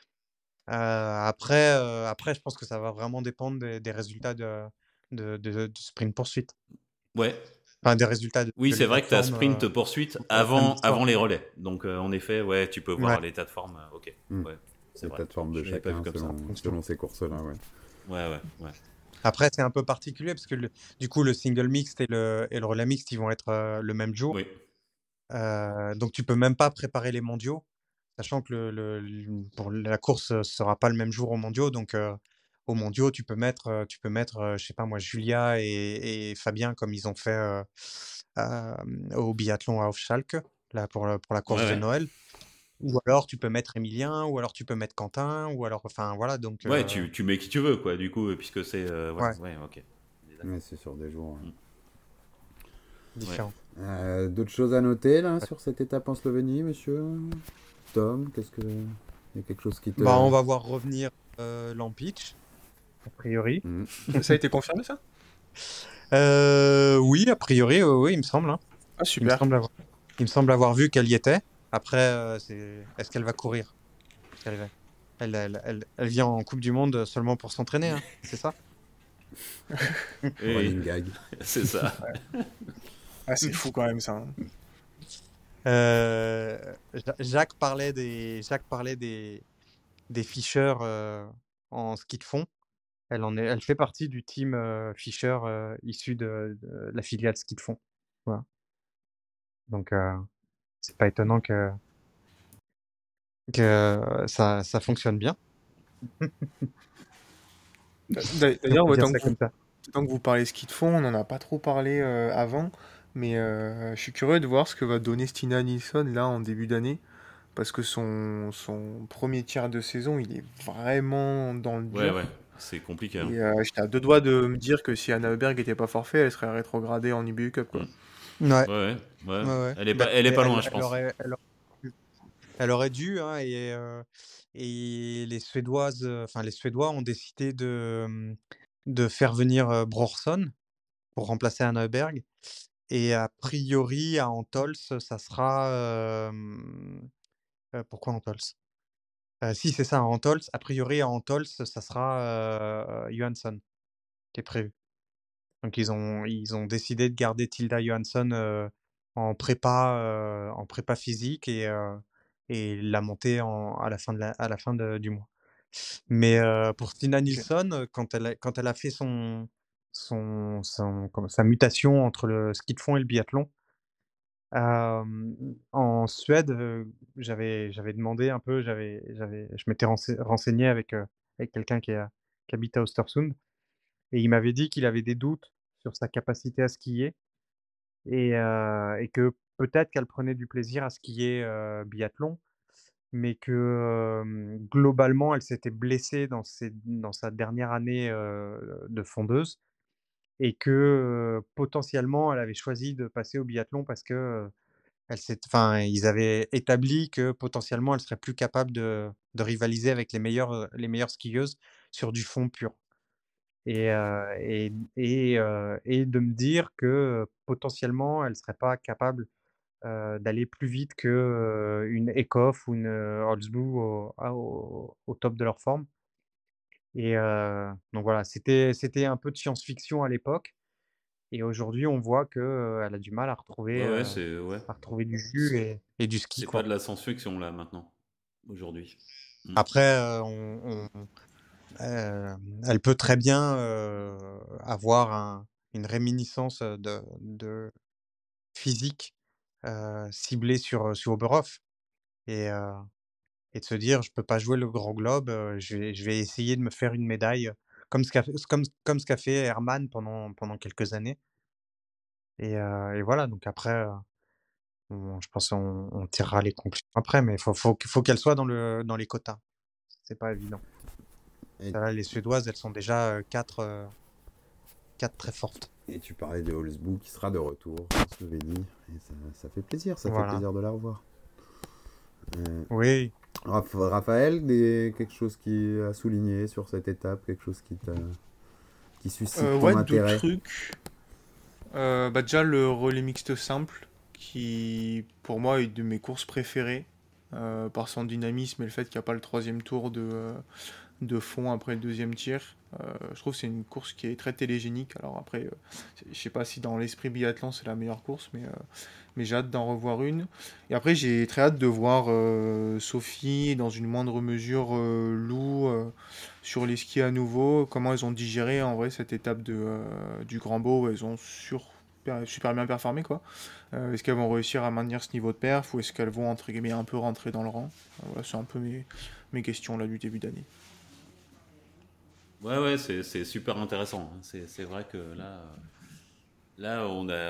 Après, je pense que ça va vraiment dépendre des résultats du sprint poursuite. Ouais. Enfin, des résultats Oui, de c'est l'état vrai de que tu as forme sprint poursuite samedi avant soir. les relais. Donc, en effet, ouais, tu peux voir Ouais. l'état de forme. Ok, Hmm. ouais, c'est Les vrai. plateformes de Je l'avais pas vu chacun comme ça. selon ces courses-là, ouais. Ouais. Après, c'est un peu particulier parce que du coup, le single mixte et le relais mixte, ils vont être le même jour. Oui. Donc, tu peux même pas préparer les mondiaux, sachant que pour la course sera pas le même jour aux mondiaux. Donc, aux mondiaux, tu peux mettre, je sais pas moi, Julia et Fabien comme ils ont fait euh, au biathlon à Hofschalke, là pour la course de Ouais. Noël. Ou alors tu peux mettre Emilien, ou alors tu peux mettre Quentin, ou alors, enfin voilà, donc Ouais, tu mets qui tu veux, quoi, du coup, puisque c'est. ouais, Ouais, ok. Mais c'est sur des jours. Mm. différent. D'autres choses à noter là sur cette étape en Slovénie, monsieur Tom? Il y a quelque chose qui te. Bah, on va voir revenir Lampic, a priori. Hmm. Ça a été confirmé, ça? Oui, a priori, oui, il me semble. Hein. Ah, Il me super. semble avoir vu qu'elle y était. Après, est-ce qu'elle va courir? Elle vient en Coupe du Monde seulement pour s'entraîner, hein, c'est ça? Running gag. C'est ça. Ah, c'est fou quand même, ça. Hein. Jacques parlait des Fischer en ski de fond. Elle fait partie du team Fischer issu de la filiale ski de fond. Voilà. Donc, c'est pas étonnant que ça fonctionne bien. On D'ailleurs, peut ouais, dire ça comme ça. tant que vous parlez ski de fond, on n'en a pas trop parlé avant, mais je suis curieux de voir ce que va donner Stina Nilsson là en début d'année, parce que son premier tiers de saison, il est vraiment dans le dur. Ouais. C'est compliqué. Hein. Et j'étais à deux doigts de me dire que si Anna Heuberg était pas forfait, elle serait rétrogradée en IBU Cup, quoi. Ouais, Ouais. ouais. Elle est pas loin, je pense. Elle aurait dû, hein, et les Suédoises, enfin les Suédois ont décidé de faire venir Brorson pour remplacer Anna Heuberg. Et a priori, à Antols, ça sera. Pourquoi Antols? Si, c'est ça, à Antols. A priori, à Antols, ça sera Johansson qui est prévu. Donc, ils ont décidé de garder Tilda Johansson en prépa physique et la monter à la fin, du mois. Mais pour Stina Nilsson, quand elle a fait sa mutation entre le ski de fond et le biathlon, en Suède, j'avais demandé un peu, je m'étais renseigné avec quelqu'un qui habite à Östersund et il m'avait dit qu'il avait des doutes sur sa capacité à skier et que peut-être qu'elle prenait du plaisir à skier, biathlon, mais que, globalement, elle s'était blessée dans sa dernière année, de fondeuse et que, potentiellement, elle avait choisi de passer au biathlon parce que, enfin, ils avaient établi que potentiellement elle serait plus capable de rivaliser avec les meilleures skieuses sur du fond pur. Et de me dire que potentiellement elle serait pas capable d'aller plus vite que une Eekhoff ou une Holzbou au top de leur forme. Donc voilà, c'était un peu de science-fiction à l'époque. Et aujourd'hui, on voit que elle a du mal Ouais, c'est. Ouais. à retrouver du jus et du ski, C'est pas quoi. de la science-fiction, là, maintenant. Aujourd'hui. Après, elle peut très bien avoir une réminiscence de physique ciblée sur Oberhof et, euh, et de se dire, je peux pas jouer le Grand Globe, je vais essayer de me faire une médaille, comme ce qu'a fait Hermann pendant quelques années. Et voilà, donc après, je pense on tirera les conclusions après, mais faut qu'elle soit dans les quotas. C'est pas évident. Et, Là, les Suédoises, elles sont déjà 4 très fortes. et tu parlais de Holzbou qui sera de retour en Slovénie. Et ça fait plaisir, ça fait Voilà. plaisir de la revoir. Oui. Raphaël, quelque chose qui a souligné sur cette étape, quelque chose qui suscite ton Ouais, deux intérêt. trucs. Déjà, le relais mixte simple, qui pour moi est de mes courses préférées, par son dynamisme et le fait qu'il n'y a pas le troisième tour de fond après le deuxième tir. Je trouve que c'est une course qui est très télégénique. Alors après, je sais pas si dans l'esprit biathlon c'est la meilleure course, mais j'ai hâte d'en revoir une. Et après, j'ai très hâte de voir Sophie, et dans une moindre mesure Lou, sur les skis à nouveau. Comment elles ont digéré en vrai cette étape du Grand Beau où elles ont super bien performé, quoi. Est-ce qu'elles vont réussir à maintenir ce niveau de perf ou est-ce qu'elles vont entre guillemets un peu rentrer dans le rang? Voilà, c'est un peu mes questions là du début d'année. Ouais, c'est super intéressant. C'est vrai que là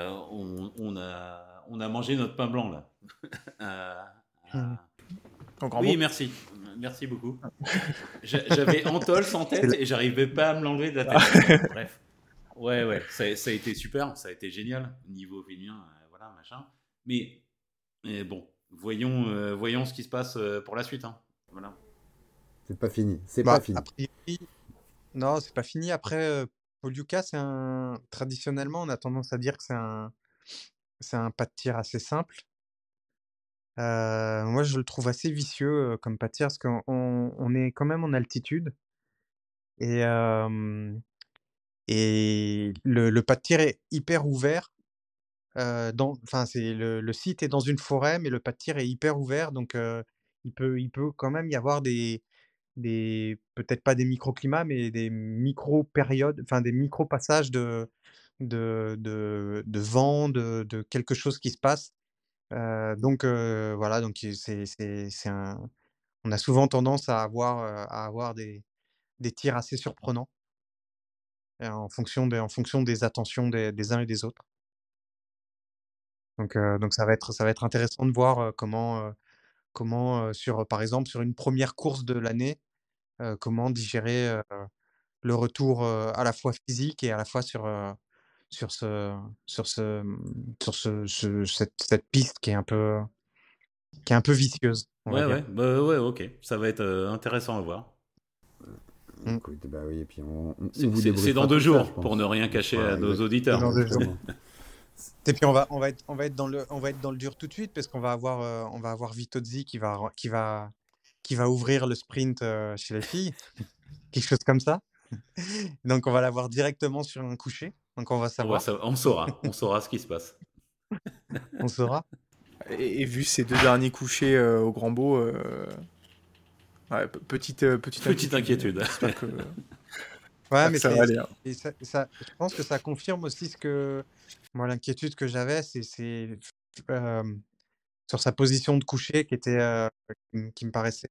on a mangé notre pain blanc, là. Euh, Mhm. Au Grand Oui, Beau. merci. Merci beaucoup. J'avais Antols en tête et j'arrivais pas à me l'enlever de la tête. Bref. Ouais, ça a été super, ça a été génial, niveau féminin, voilà, machin. Mais bon, voyons ce qui se passe pour la suite, hein. Voilà. C'est pas fini. C'est pas Bah, fini. a priori, non, c'est pas fini. Après, Poliuka, traditionnellement, on a tendance à dire que c'est un pas de tir assez simple. Moi, je le trouve assez vicieux comme pas de tir parce qu'on est quand même en altitude et, et le pas de tir est hyper ouvert. Enfin, le site est dans une forêt, mais le pas de tir est hyper ouvert, donc il peut quand même y avoir peut-être pas des microclimats, mais des micro-périodes, enfin des micro-passages de vent, de quelque chose qui se passe. Donc voilà, donc c'est on a souvent tendance à avoir des tirs assez surprenants, en fonction des attentions des uns et des autres. Donc ça va être intéressant de voir, par exemple, sur une première course de l'année, comment digérer, le retour, à la fois physique et à la fois sur ce sur ce, sur cette piste qui est un peu vicieuse, on va dire. Ouais, ok, ça va être intéressant à voir. Mmh. Écoute, bah oui, et puis on vous C'est dans débriefera 2 tout ça, jours, je pense. pour ne rien cacher à nos C'est auditeurs. dans 2 jours. Exactement. Et puis on va être on va être dans le dur tout de suite parce on va avoir Vitozzi qui va ouvrir le sprint, chez les filles, quelque chose comme ça. Donc on va l'avoir directement sur un coucher, donc on va savoir, On saura ce qui se passe. on saura. Et vu ces deux derniers couchers au Grand Beau, ouais, Petite inquiétude. J'espère que, Ouais, j'espère que mais ça va aller, hein. je pense que ça confirme aussi moi, l'inquiétude que j'avais, hem, sur sa position de coucher qui était, qui me paraissait,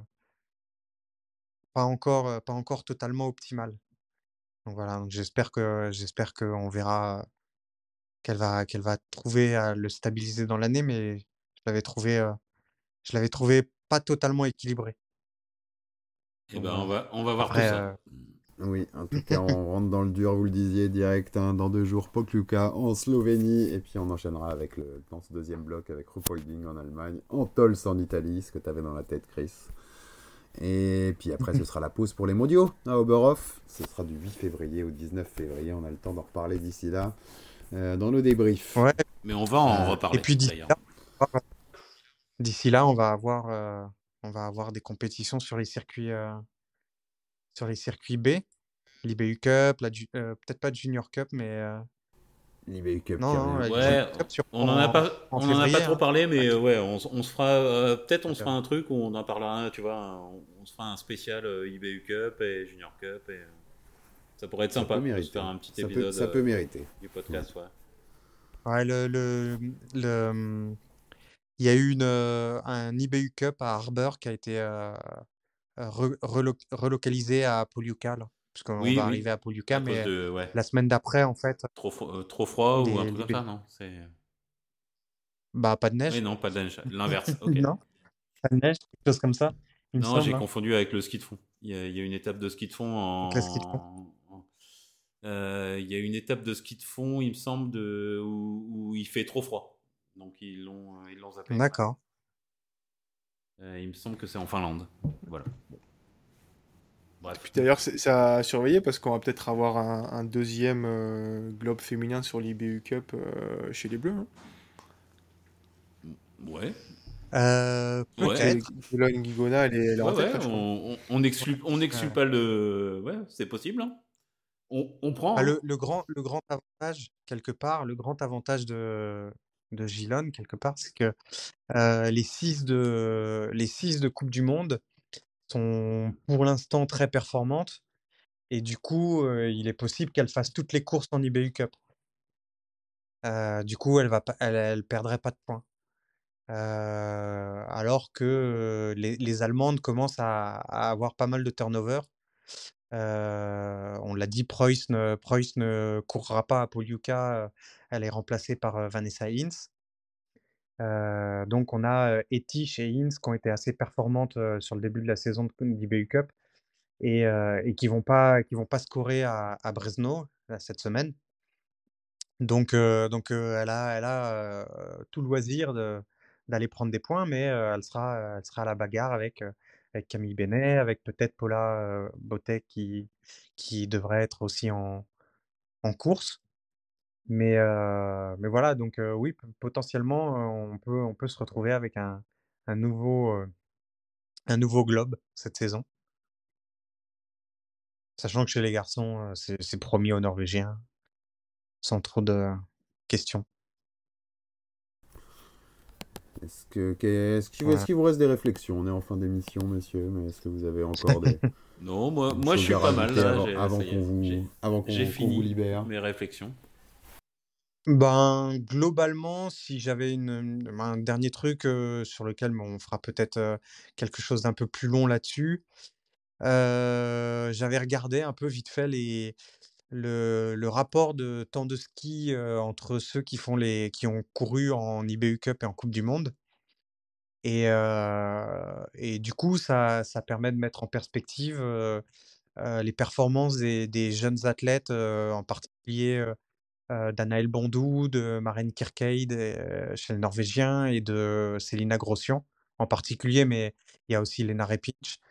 pas encore totalement optimale. Donc voilà, donc j'espère qu'on verra qu'elle va trouver à le stabiliser dans l'année, mais je l'avais trouvé, heu, je l'avais trouvé pas totalement équilibré. Et Donc ben, voilà. on va voir tout Après, ça. Oui, en tout cas, on rentre dans le dur, vous le disiez, direct, hein, dans 2 jours, Pokljuka en Slovénie, et puis on enchaînera dans ce deuxième bloc avec Ruhpolding en Allemagne, Antols en Italie, ce que tu avais dans la tête, Chris. Et puis après, ce sera la pause pour les mondiaux à Oberhof. Ce sera du 8 février au 19 février, on a le temps d'en reparler d'ici là, dans nos débriefs. ouais, Mais on va en et reparler, puis d'ailleurs. d'ici là, on va avoir des compétitions sur les circuits B, l'IBU Cup, peut-être pas de Junior Cup, mais L'IBU Cup qui non, non, revient. la Ouais, Junior Cup on en a pas, en on en a pas février, trop hein. parlé, mais Ouais, ouais, on se fera, peut-être on se fera euh, un truc où on en parlera, tu vois, on se fera un spécial IBU Cup et Junior Cup, et ça pourrait être Ça sympa peut de se mériter. faire un petit épisode Ça peut mériter. du podcast, ouais. ouais, il y a eu un IBU Cup à Harbour qui a été relocalisé à Poliuca, là, parce qu'on va Oui, arriver à Poliuca, à cause mais de, ouais, la semaine d'après, en fait, trop froid ou un truc comme l'IBU, ça, non? bah, pas de Oui, neige. non, pas de neige, l'inverse, ok. Non, pas de neige, quelque chose comme ça, il me Non, j'ai semble, hein, confondu avec le ski de fond. Il y a une étape de ski de fond avec la ski de fond. il y a une étape de ski de fond, il me semble, où il fait trop froid. Donc ils l'ont zappé. Ouais. D'accord. Il me semble que c'est en Finlande. Voilà. Bref. Puis d'ailleurs, c'est à surveiller parce qu'on va peut-être avoir un deuxième globe féminin sur l'IBU Cup chez les Bleus, hein. Ouais. Ouais, Peut-être. Là, Guigona, elle est en ouais, tête, ouais, là, je crois. on exclut Ouais. pas le. Ouais, c'est possible. Hein. On prend. Bah, Hein. le grand avantage, quelque part, le grand avantage de Gillon, quelque part, c'est que les 6 de Coupe du Monde sont pour l'instant très performantes. Et du coup, il est possible qu'elle fasse toutes les courses en IBU Cup. Du coup, elle perdrait pas de points. Alors que les Allemandes commencent à avoir pas mal de turnover. On l'a dit, Preuss ne courra pas à Poliuca. Elle est remplacée par Vanessa Hins. Donc, on a Etich et Hins qui ont été assez performantes sur le début de la saison d'IBU Cup et qui vont pas scorer à Brezno là, cette semaine. Donc, elle a tout loisir d'aller prendre des points, mais elle sera à la bagarre avec Camille Bennet, avec peut-être Paula Botek qui devrait être aussi en course. Mais voilà, donc oui, potentiellement, on peut se retrouver avec un nouveau, euh, un nouveau globe cette saison. Sachant que chez les garçons, c'est promis aux Norvégiens, sans trop de questions. Est-ce Voilà. qu'il vous reste des réflexions? On est en fin d'émission, monsieur, mais est-ce que vous avez encore des Non, des moi je choses suis à pas mal rajouter là. avant Ça y est, j'ai qu'on vous fini libère? mes réflexions. Ben, globalement, si j'avais un dernier truc sur lequel on fera peut-être quelque chose d'un peu plus long là-dessus, j'avais regardé un peu vite fait le rapport de temps de ski entre ceux qui ont couru en IBU Cup et en Coupe du Monde. Et du coup, ça permet de mettre en perspective les performances des jeunes athlètes, en particulier d'Anaël Bondou, de Maren Kirkeid chez le Norvégien et de Selina Grossian en particulier, mais il y a aussi Lena Repic,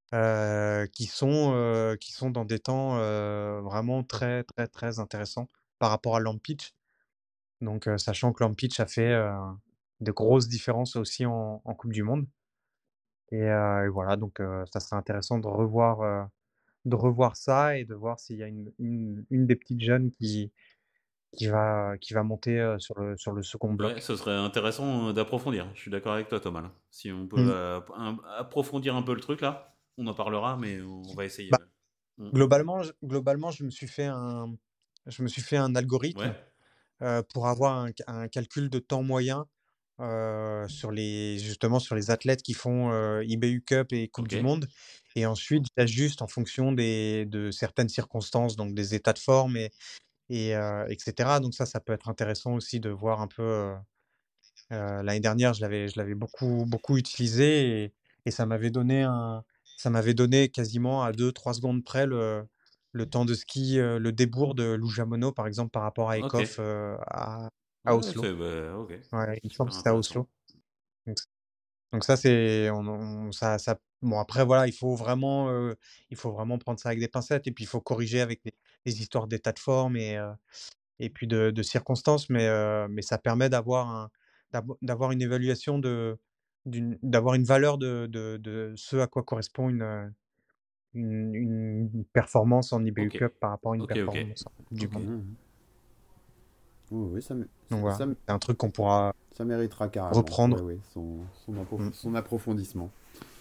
qui sont dans des temps vraiment très, très, très intéressants par rapport à Lampic. Donc, sachant que Lampic a fait de grosses différences aussi en Coupe du Monde. Et voilà, donc ça serait intéressant de revoir ça et de voir s'il y a une des petites jeunes qui va monter sur le second Ouais, bloc. ce serait intéressant d'approfondir. Je suis d'accord avec toi, Thomas. Là. Si on peut Mm. approfondir un peu le truc là, on en parlera, mais on va essayer. Bah, Ouais. Mm. globalement, je me suis fait un Ouais, algorithme pour avoir un calcul de temps moyen justement sur les athlètes qui font IBU Cup et Coupe ok. du Monde. Et ensuite, j'ajuste en fonction de certaines circonstances, donc des états de forme etc. Donc ça peut être intéressant aussi de voir un peu. L'année dernière, je l'avais beaucoup, beaucoup utilisé et ça m'avait donné quasiment à 2-3 secondes près le temps de ski, le débours de Lujamono, par exemple, par rapport à Ok. Eekhoff à Ouais, Oslo. ok. Ouais, il me semble Super que c'était à intéressant. Oslo. Donc, donc ça, c'est, bon, après, voilà, il faut vraiment prendre ça avec des pincettes et puis il faut corriger avec les histoires d'état de forme et puis de circonstances, mais ça permet d'avoir une évaluation d'avoir une valeur de ce à quoi correspond une performance en IBU Ok. Cup par rapport à une Ok, ok. performance en Coupe du Ok. Monde. Mhm. Oui, oui, Donc voilà, c'est un truc qu'on pourra ça méritera carrément. reprendre. Ouais, ouais, Mm. son approfondissement.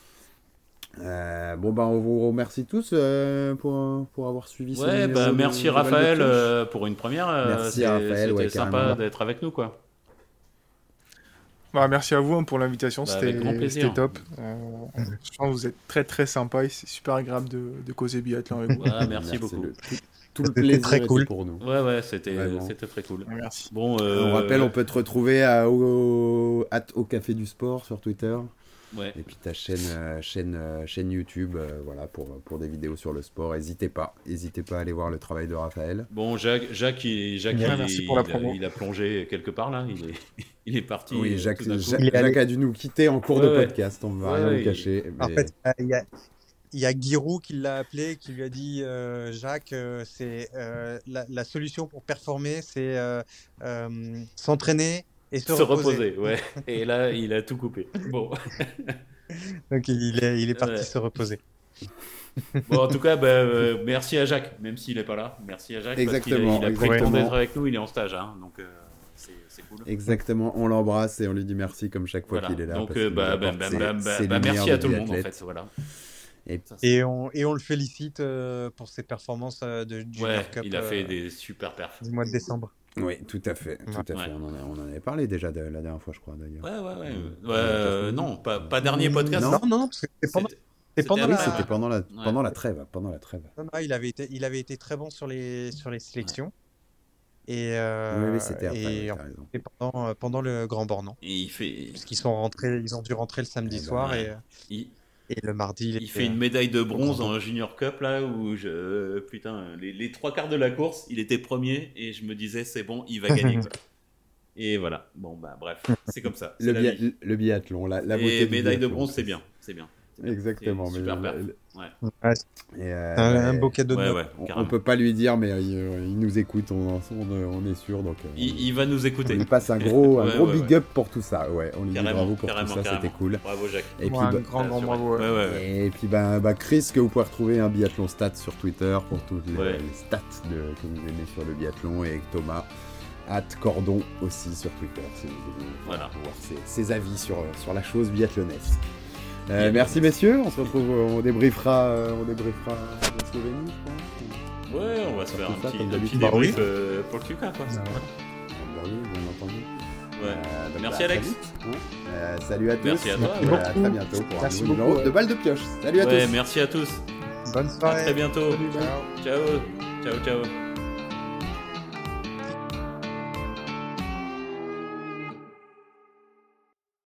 Bon, bah, on vous remercie tous pour avoir suivi ce Ouais, numéro bah merci de Balle de Raphaël Pioche. pour une première. Merci à Raphaël, C'était ouais, sympa carrément. d'être avec nous, quoi. Bah, merci à vous hein, pour l'invitation, Bah, avec grand c'était plaisir. top. Je pense que vous êtes très très sympa et c'est super agréable de causer biathlon avec vous. Ouais, merci beaucoup. Tout le C'était plaisir très était cool. pour nous. Ouais, c'était Vraiment. très cool. Merci. Bon, On rappelle, on peut te retrouver au Café du Sport sur Twitter. ouais. Et puis ta chaîne YouTube, voilà, pour des vidéos sur le sport. N'hésitez pas à aller voir le travail de Raphaël. Bon, Jacques, Ouais, merci pour la promo. il a plongé quelque part là. Il est parti Oui, Jacques, tout d'un coup. Il est allé- Jacques a dû nous quitter en cours de Ouais. podcast, on ne va Ouais, rien ouais, vous cacher. En Mais... fait, il y a Giroud qui l'a appelé, qui lui a dit Jacques, c'est la solution pour performer, c'est s'entraîner Et Se reposer, ouais. Et là, il a tout coupé. Bon. Donc il est parti Ouais. se reposer. Bon, en tout cas, merci à Jacques, même s'il n'est pas là. Merci à Jacques. Exactement, Parce qu'il a pris le temps exactement. d'être avec nous, il est en stage, hein, donc c'est cool. Exactement, on l'embrasse et on lui dit merci comme chaque fois Voilà. qu'il est là. Donc, parce qu'il nous apporte ses lumières merci à de tout le monde, en biathlète. fait. Voilà. Et Ça, c'est- Et on le félicite pour ses performances de Junior Ouais, Cup il a fait des super perfs. du mois de décembre. Oui, tout à fait, tout à Ouais. fait. On en avait parlé déjà la dernière fois, je crois d'ailleurs. Ouais. Non, pas dernier podcast. Non. Non, parce que c'est pendant, C'était pendant Oui, la- c'était pendant la Ouais. trêve, non, il avait été très bon sur les sélections. Et, Oui, c'était après. et, T'as raison. et pendant le Grand Bornand. Et il fait, Parce qu'ils ont dû rentrer le samedi Eh ben, soir ouais. et il, le mardi. il fait une médaille de bronze Grand en Junior Cup là où putain les trois quarts de la course, il était premier et je me disais c'est bon, il va gagner. Quoi. Et voilà. Bon bah bref, c'est comme ça. C'est la vie. Le biathlon, la beauté Et du médaille de biathlon, bronze, c'est bien. C'est bien. Exactement. C'est mais super perf. le- Ouais. Ouais, et, un beau cadeau de Ouais, Noël. ouais, on carrément. peut pas lui dire, mais il nous écoute, on est sûr. Donc, Il va nous on écouter. lui passe un gros Ouais, big up pour tout ça. Ouais, on lui dit Carrément, bravo pour carrément, tout ça, c'était cool. Bravo Jacques. Et puis, Ouais, un bah, grand sûr. bravo. Ouais. Ouais. et puis Chris, que vous pouvez retrouver un biathlon stats sur Twitter pour toutes Ouais. les stats que vous aimez sur le biathlon, et avec Thomas @cordon aussi sur Twitter si vous voulez Voilà. voir ses avis sur la chose biathlonnesque. Merci messieurs, on se retrouve, on débriefera la Slovénie, je pense. Ouais, on va se faire un Tout ça, petit comme d'habitude. débrief pour le Tuca quoi. Bah oui, bien entendu. Ouais. Donc, Merci à très Alex. vite, hein. Salut à tous. Merci à toi. Et à très bientôt pour Merci un nouveau beaucoup. numéro de Balle de Pioche. Salut à Ouais, tous. merci à tous. Bonne À soirée. très bientôt. Ciao. Ciao.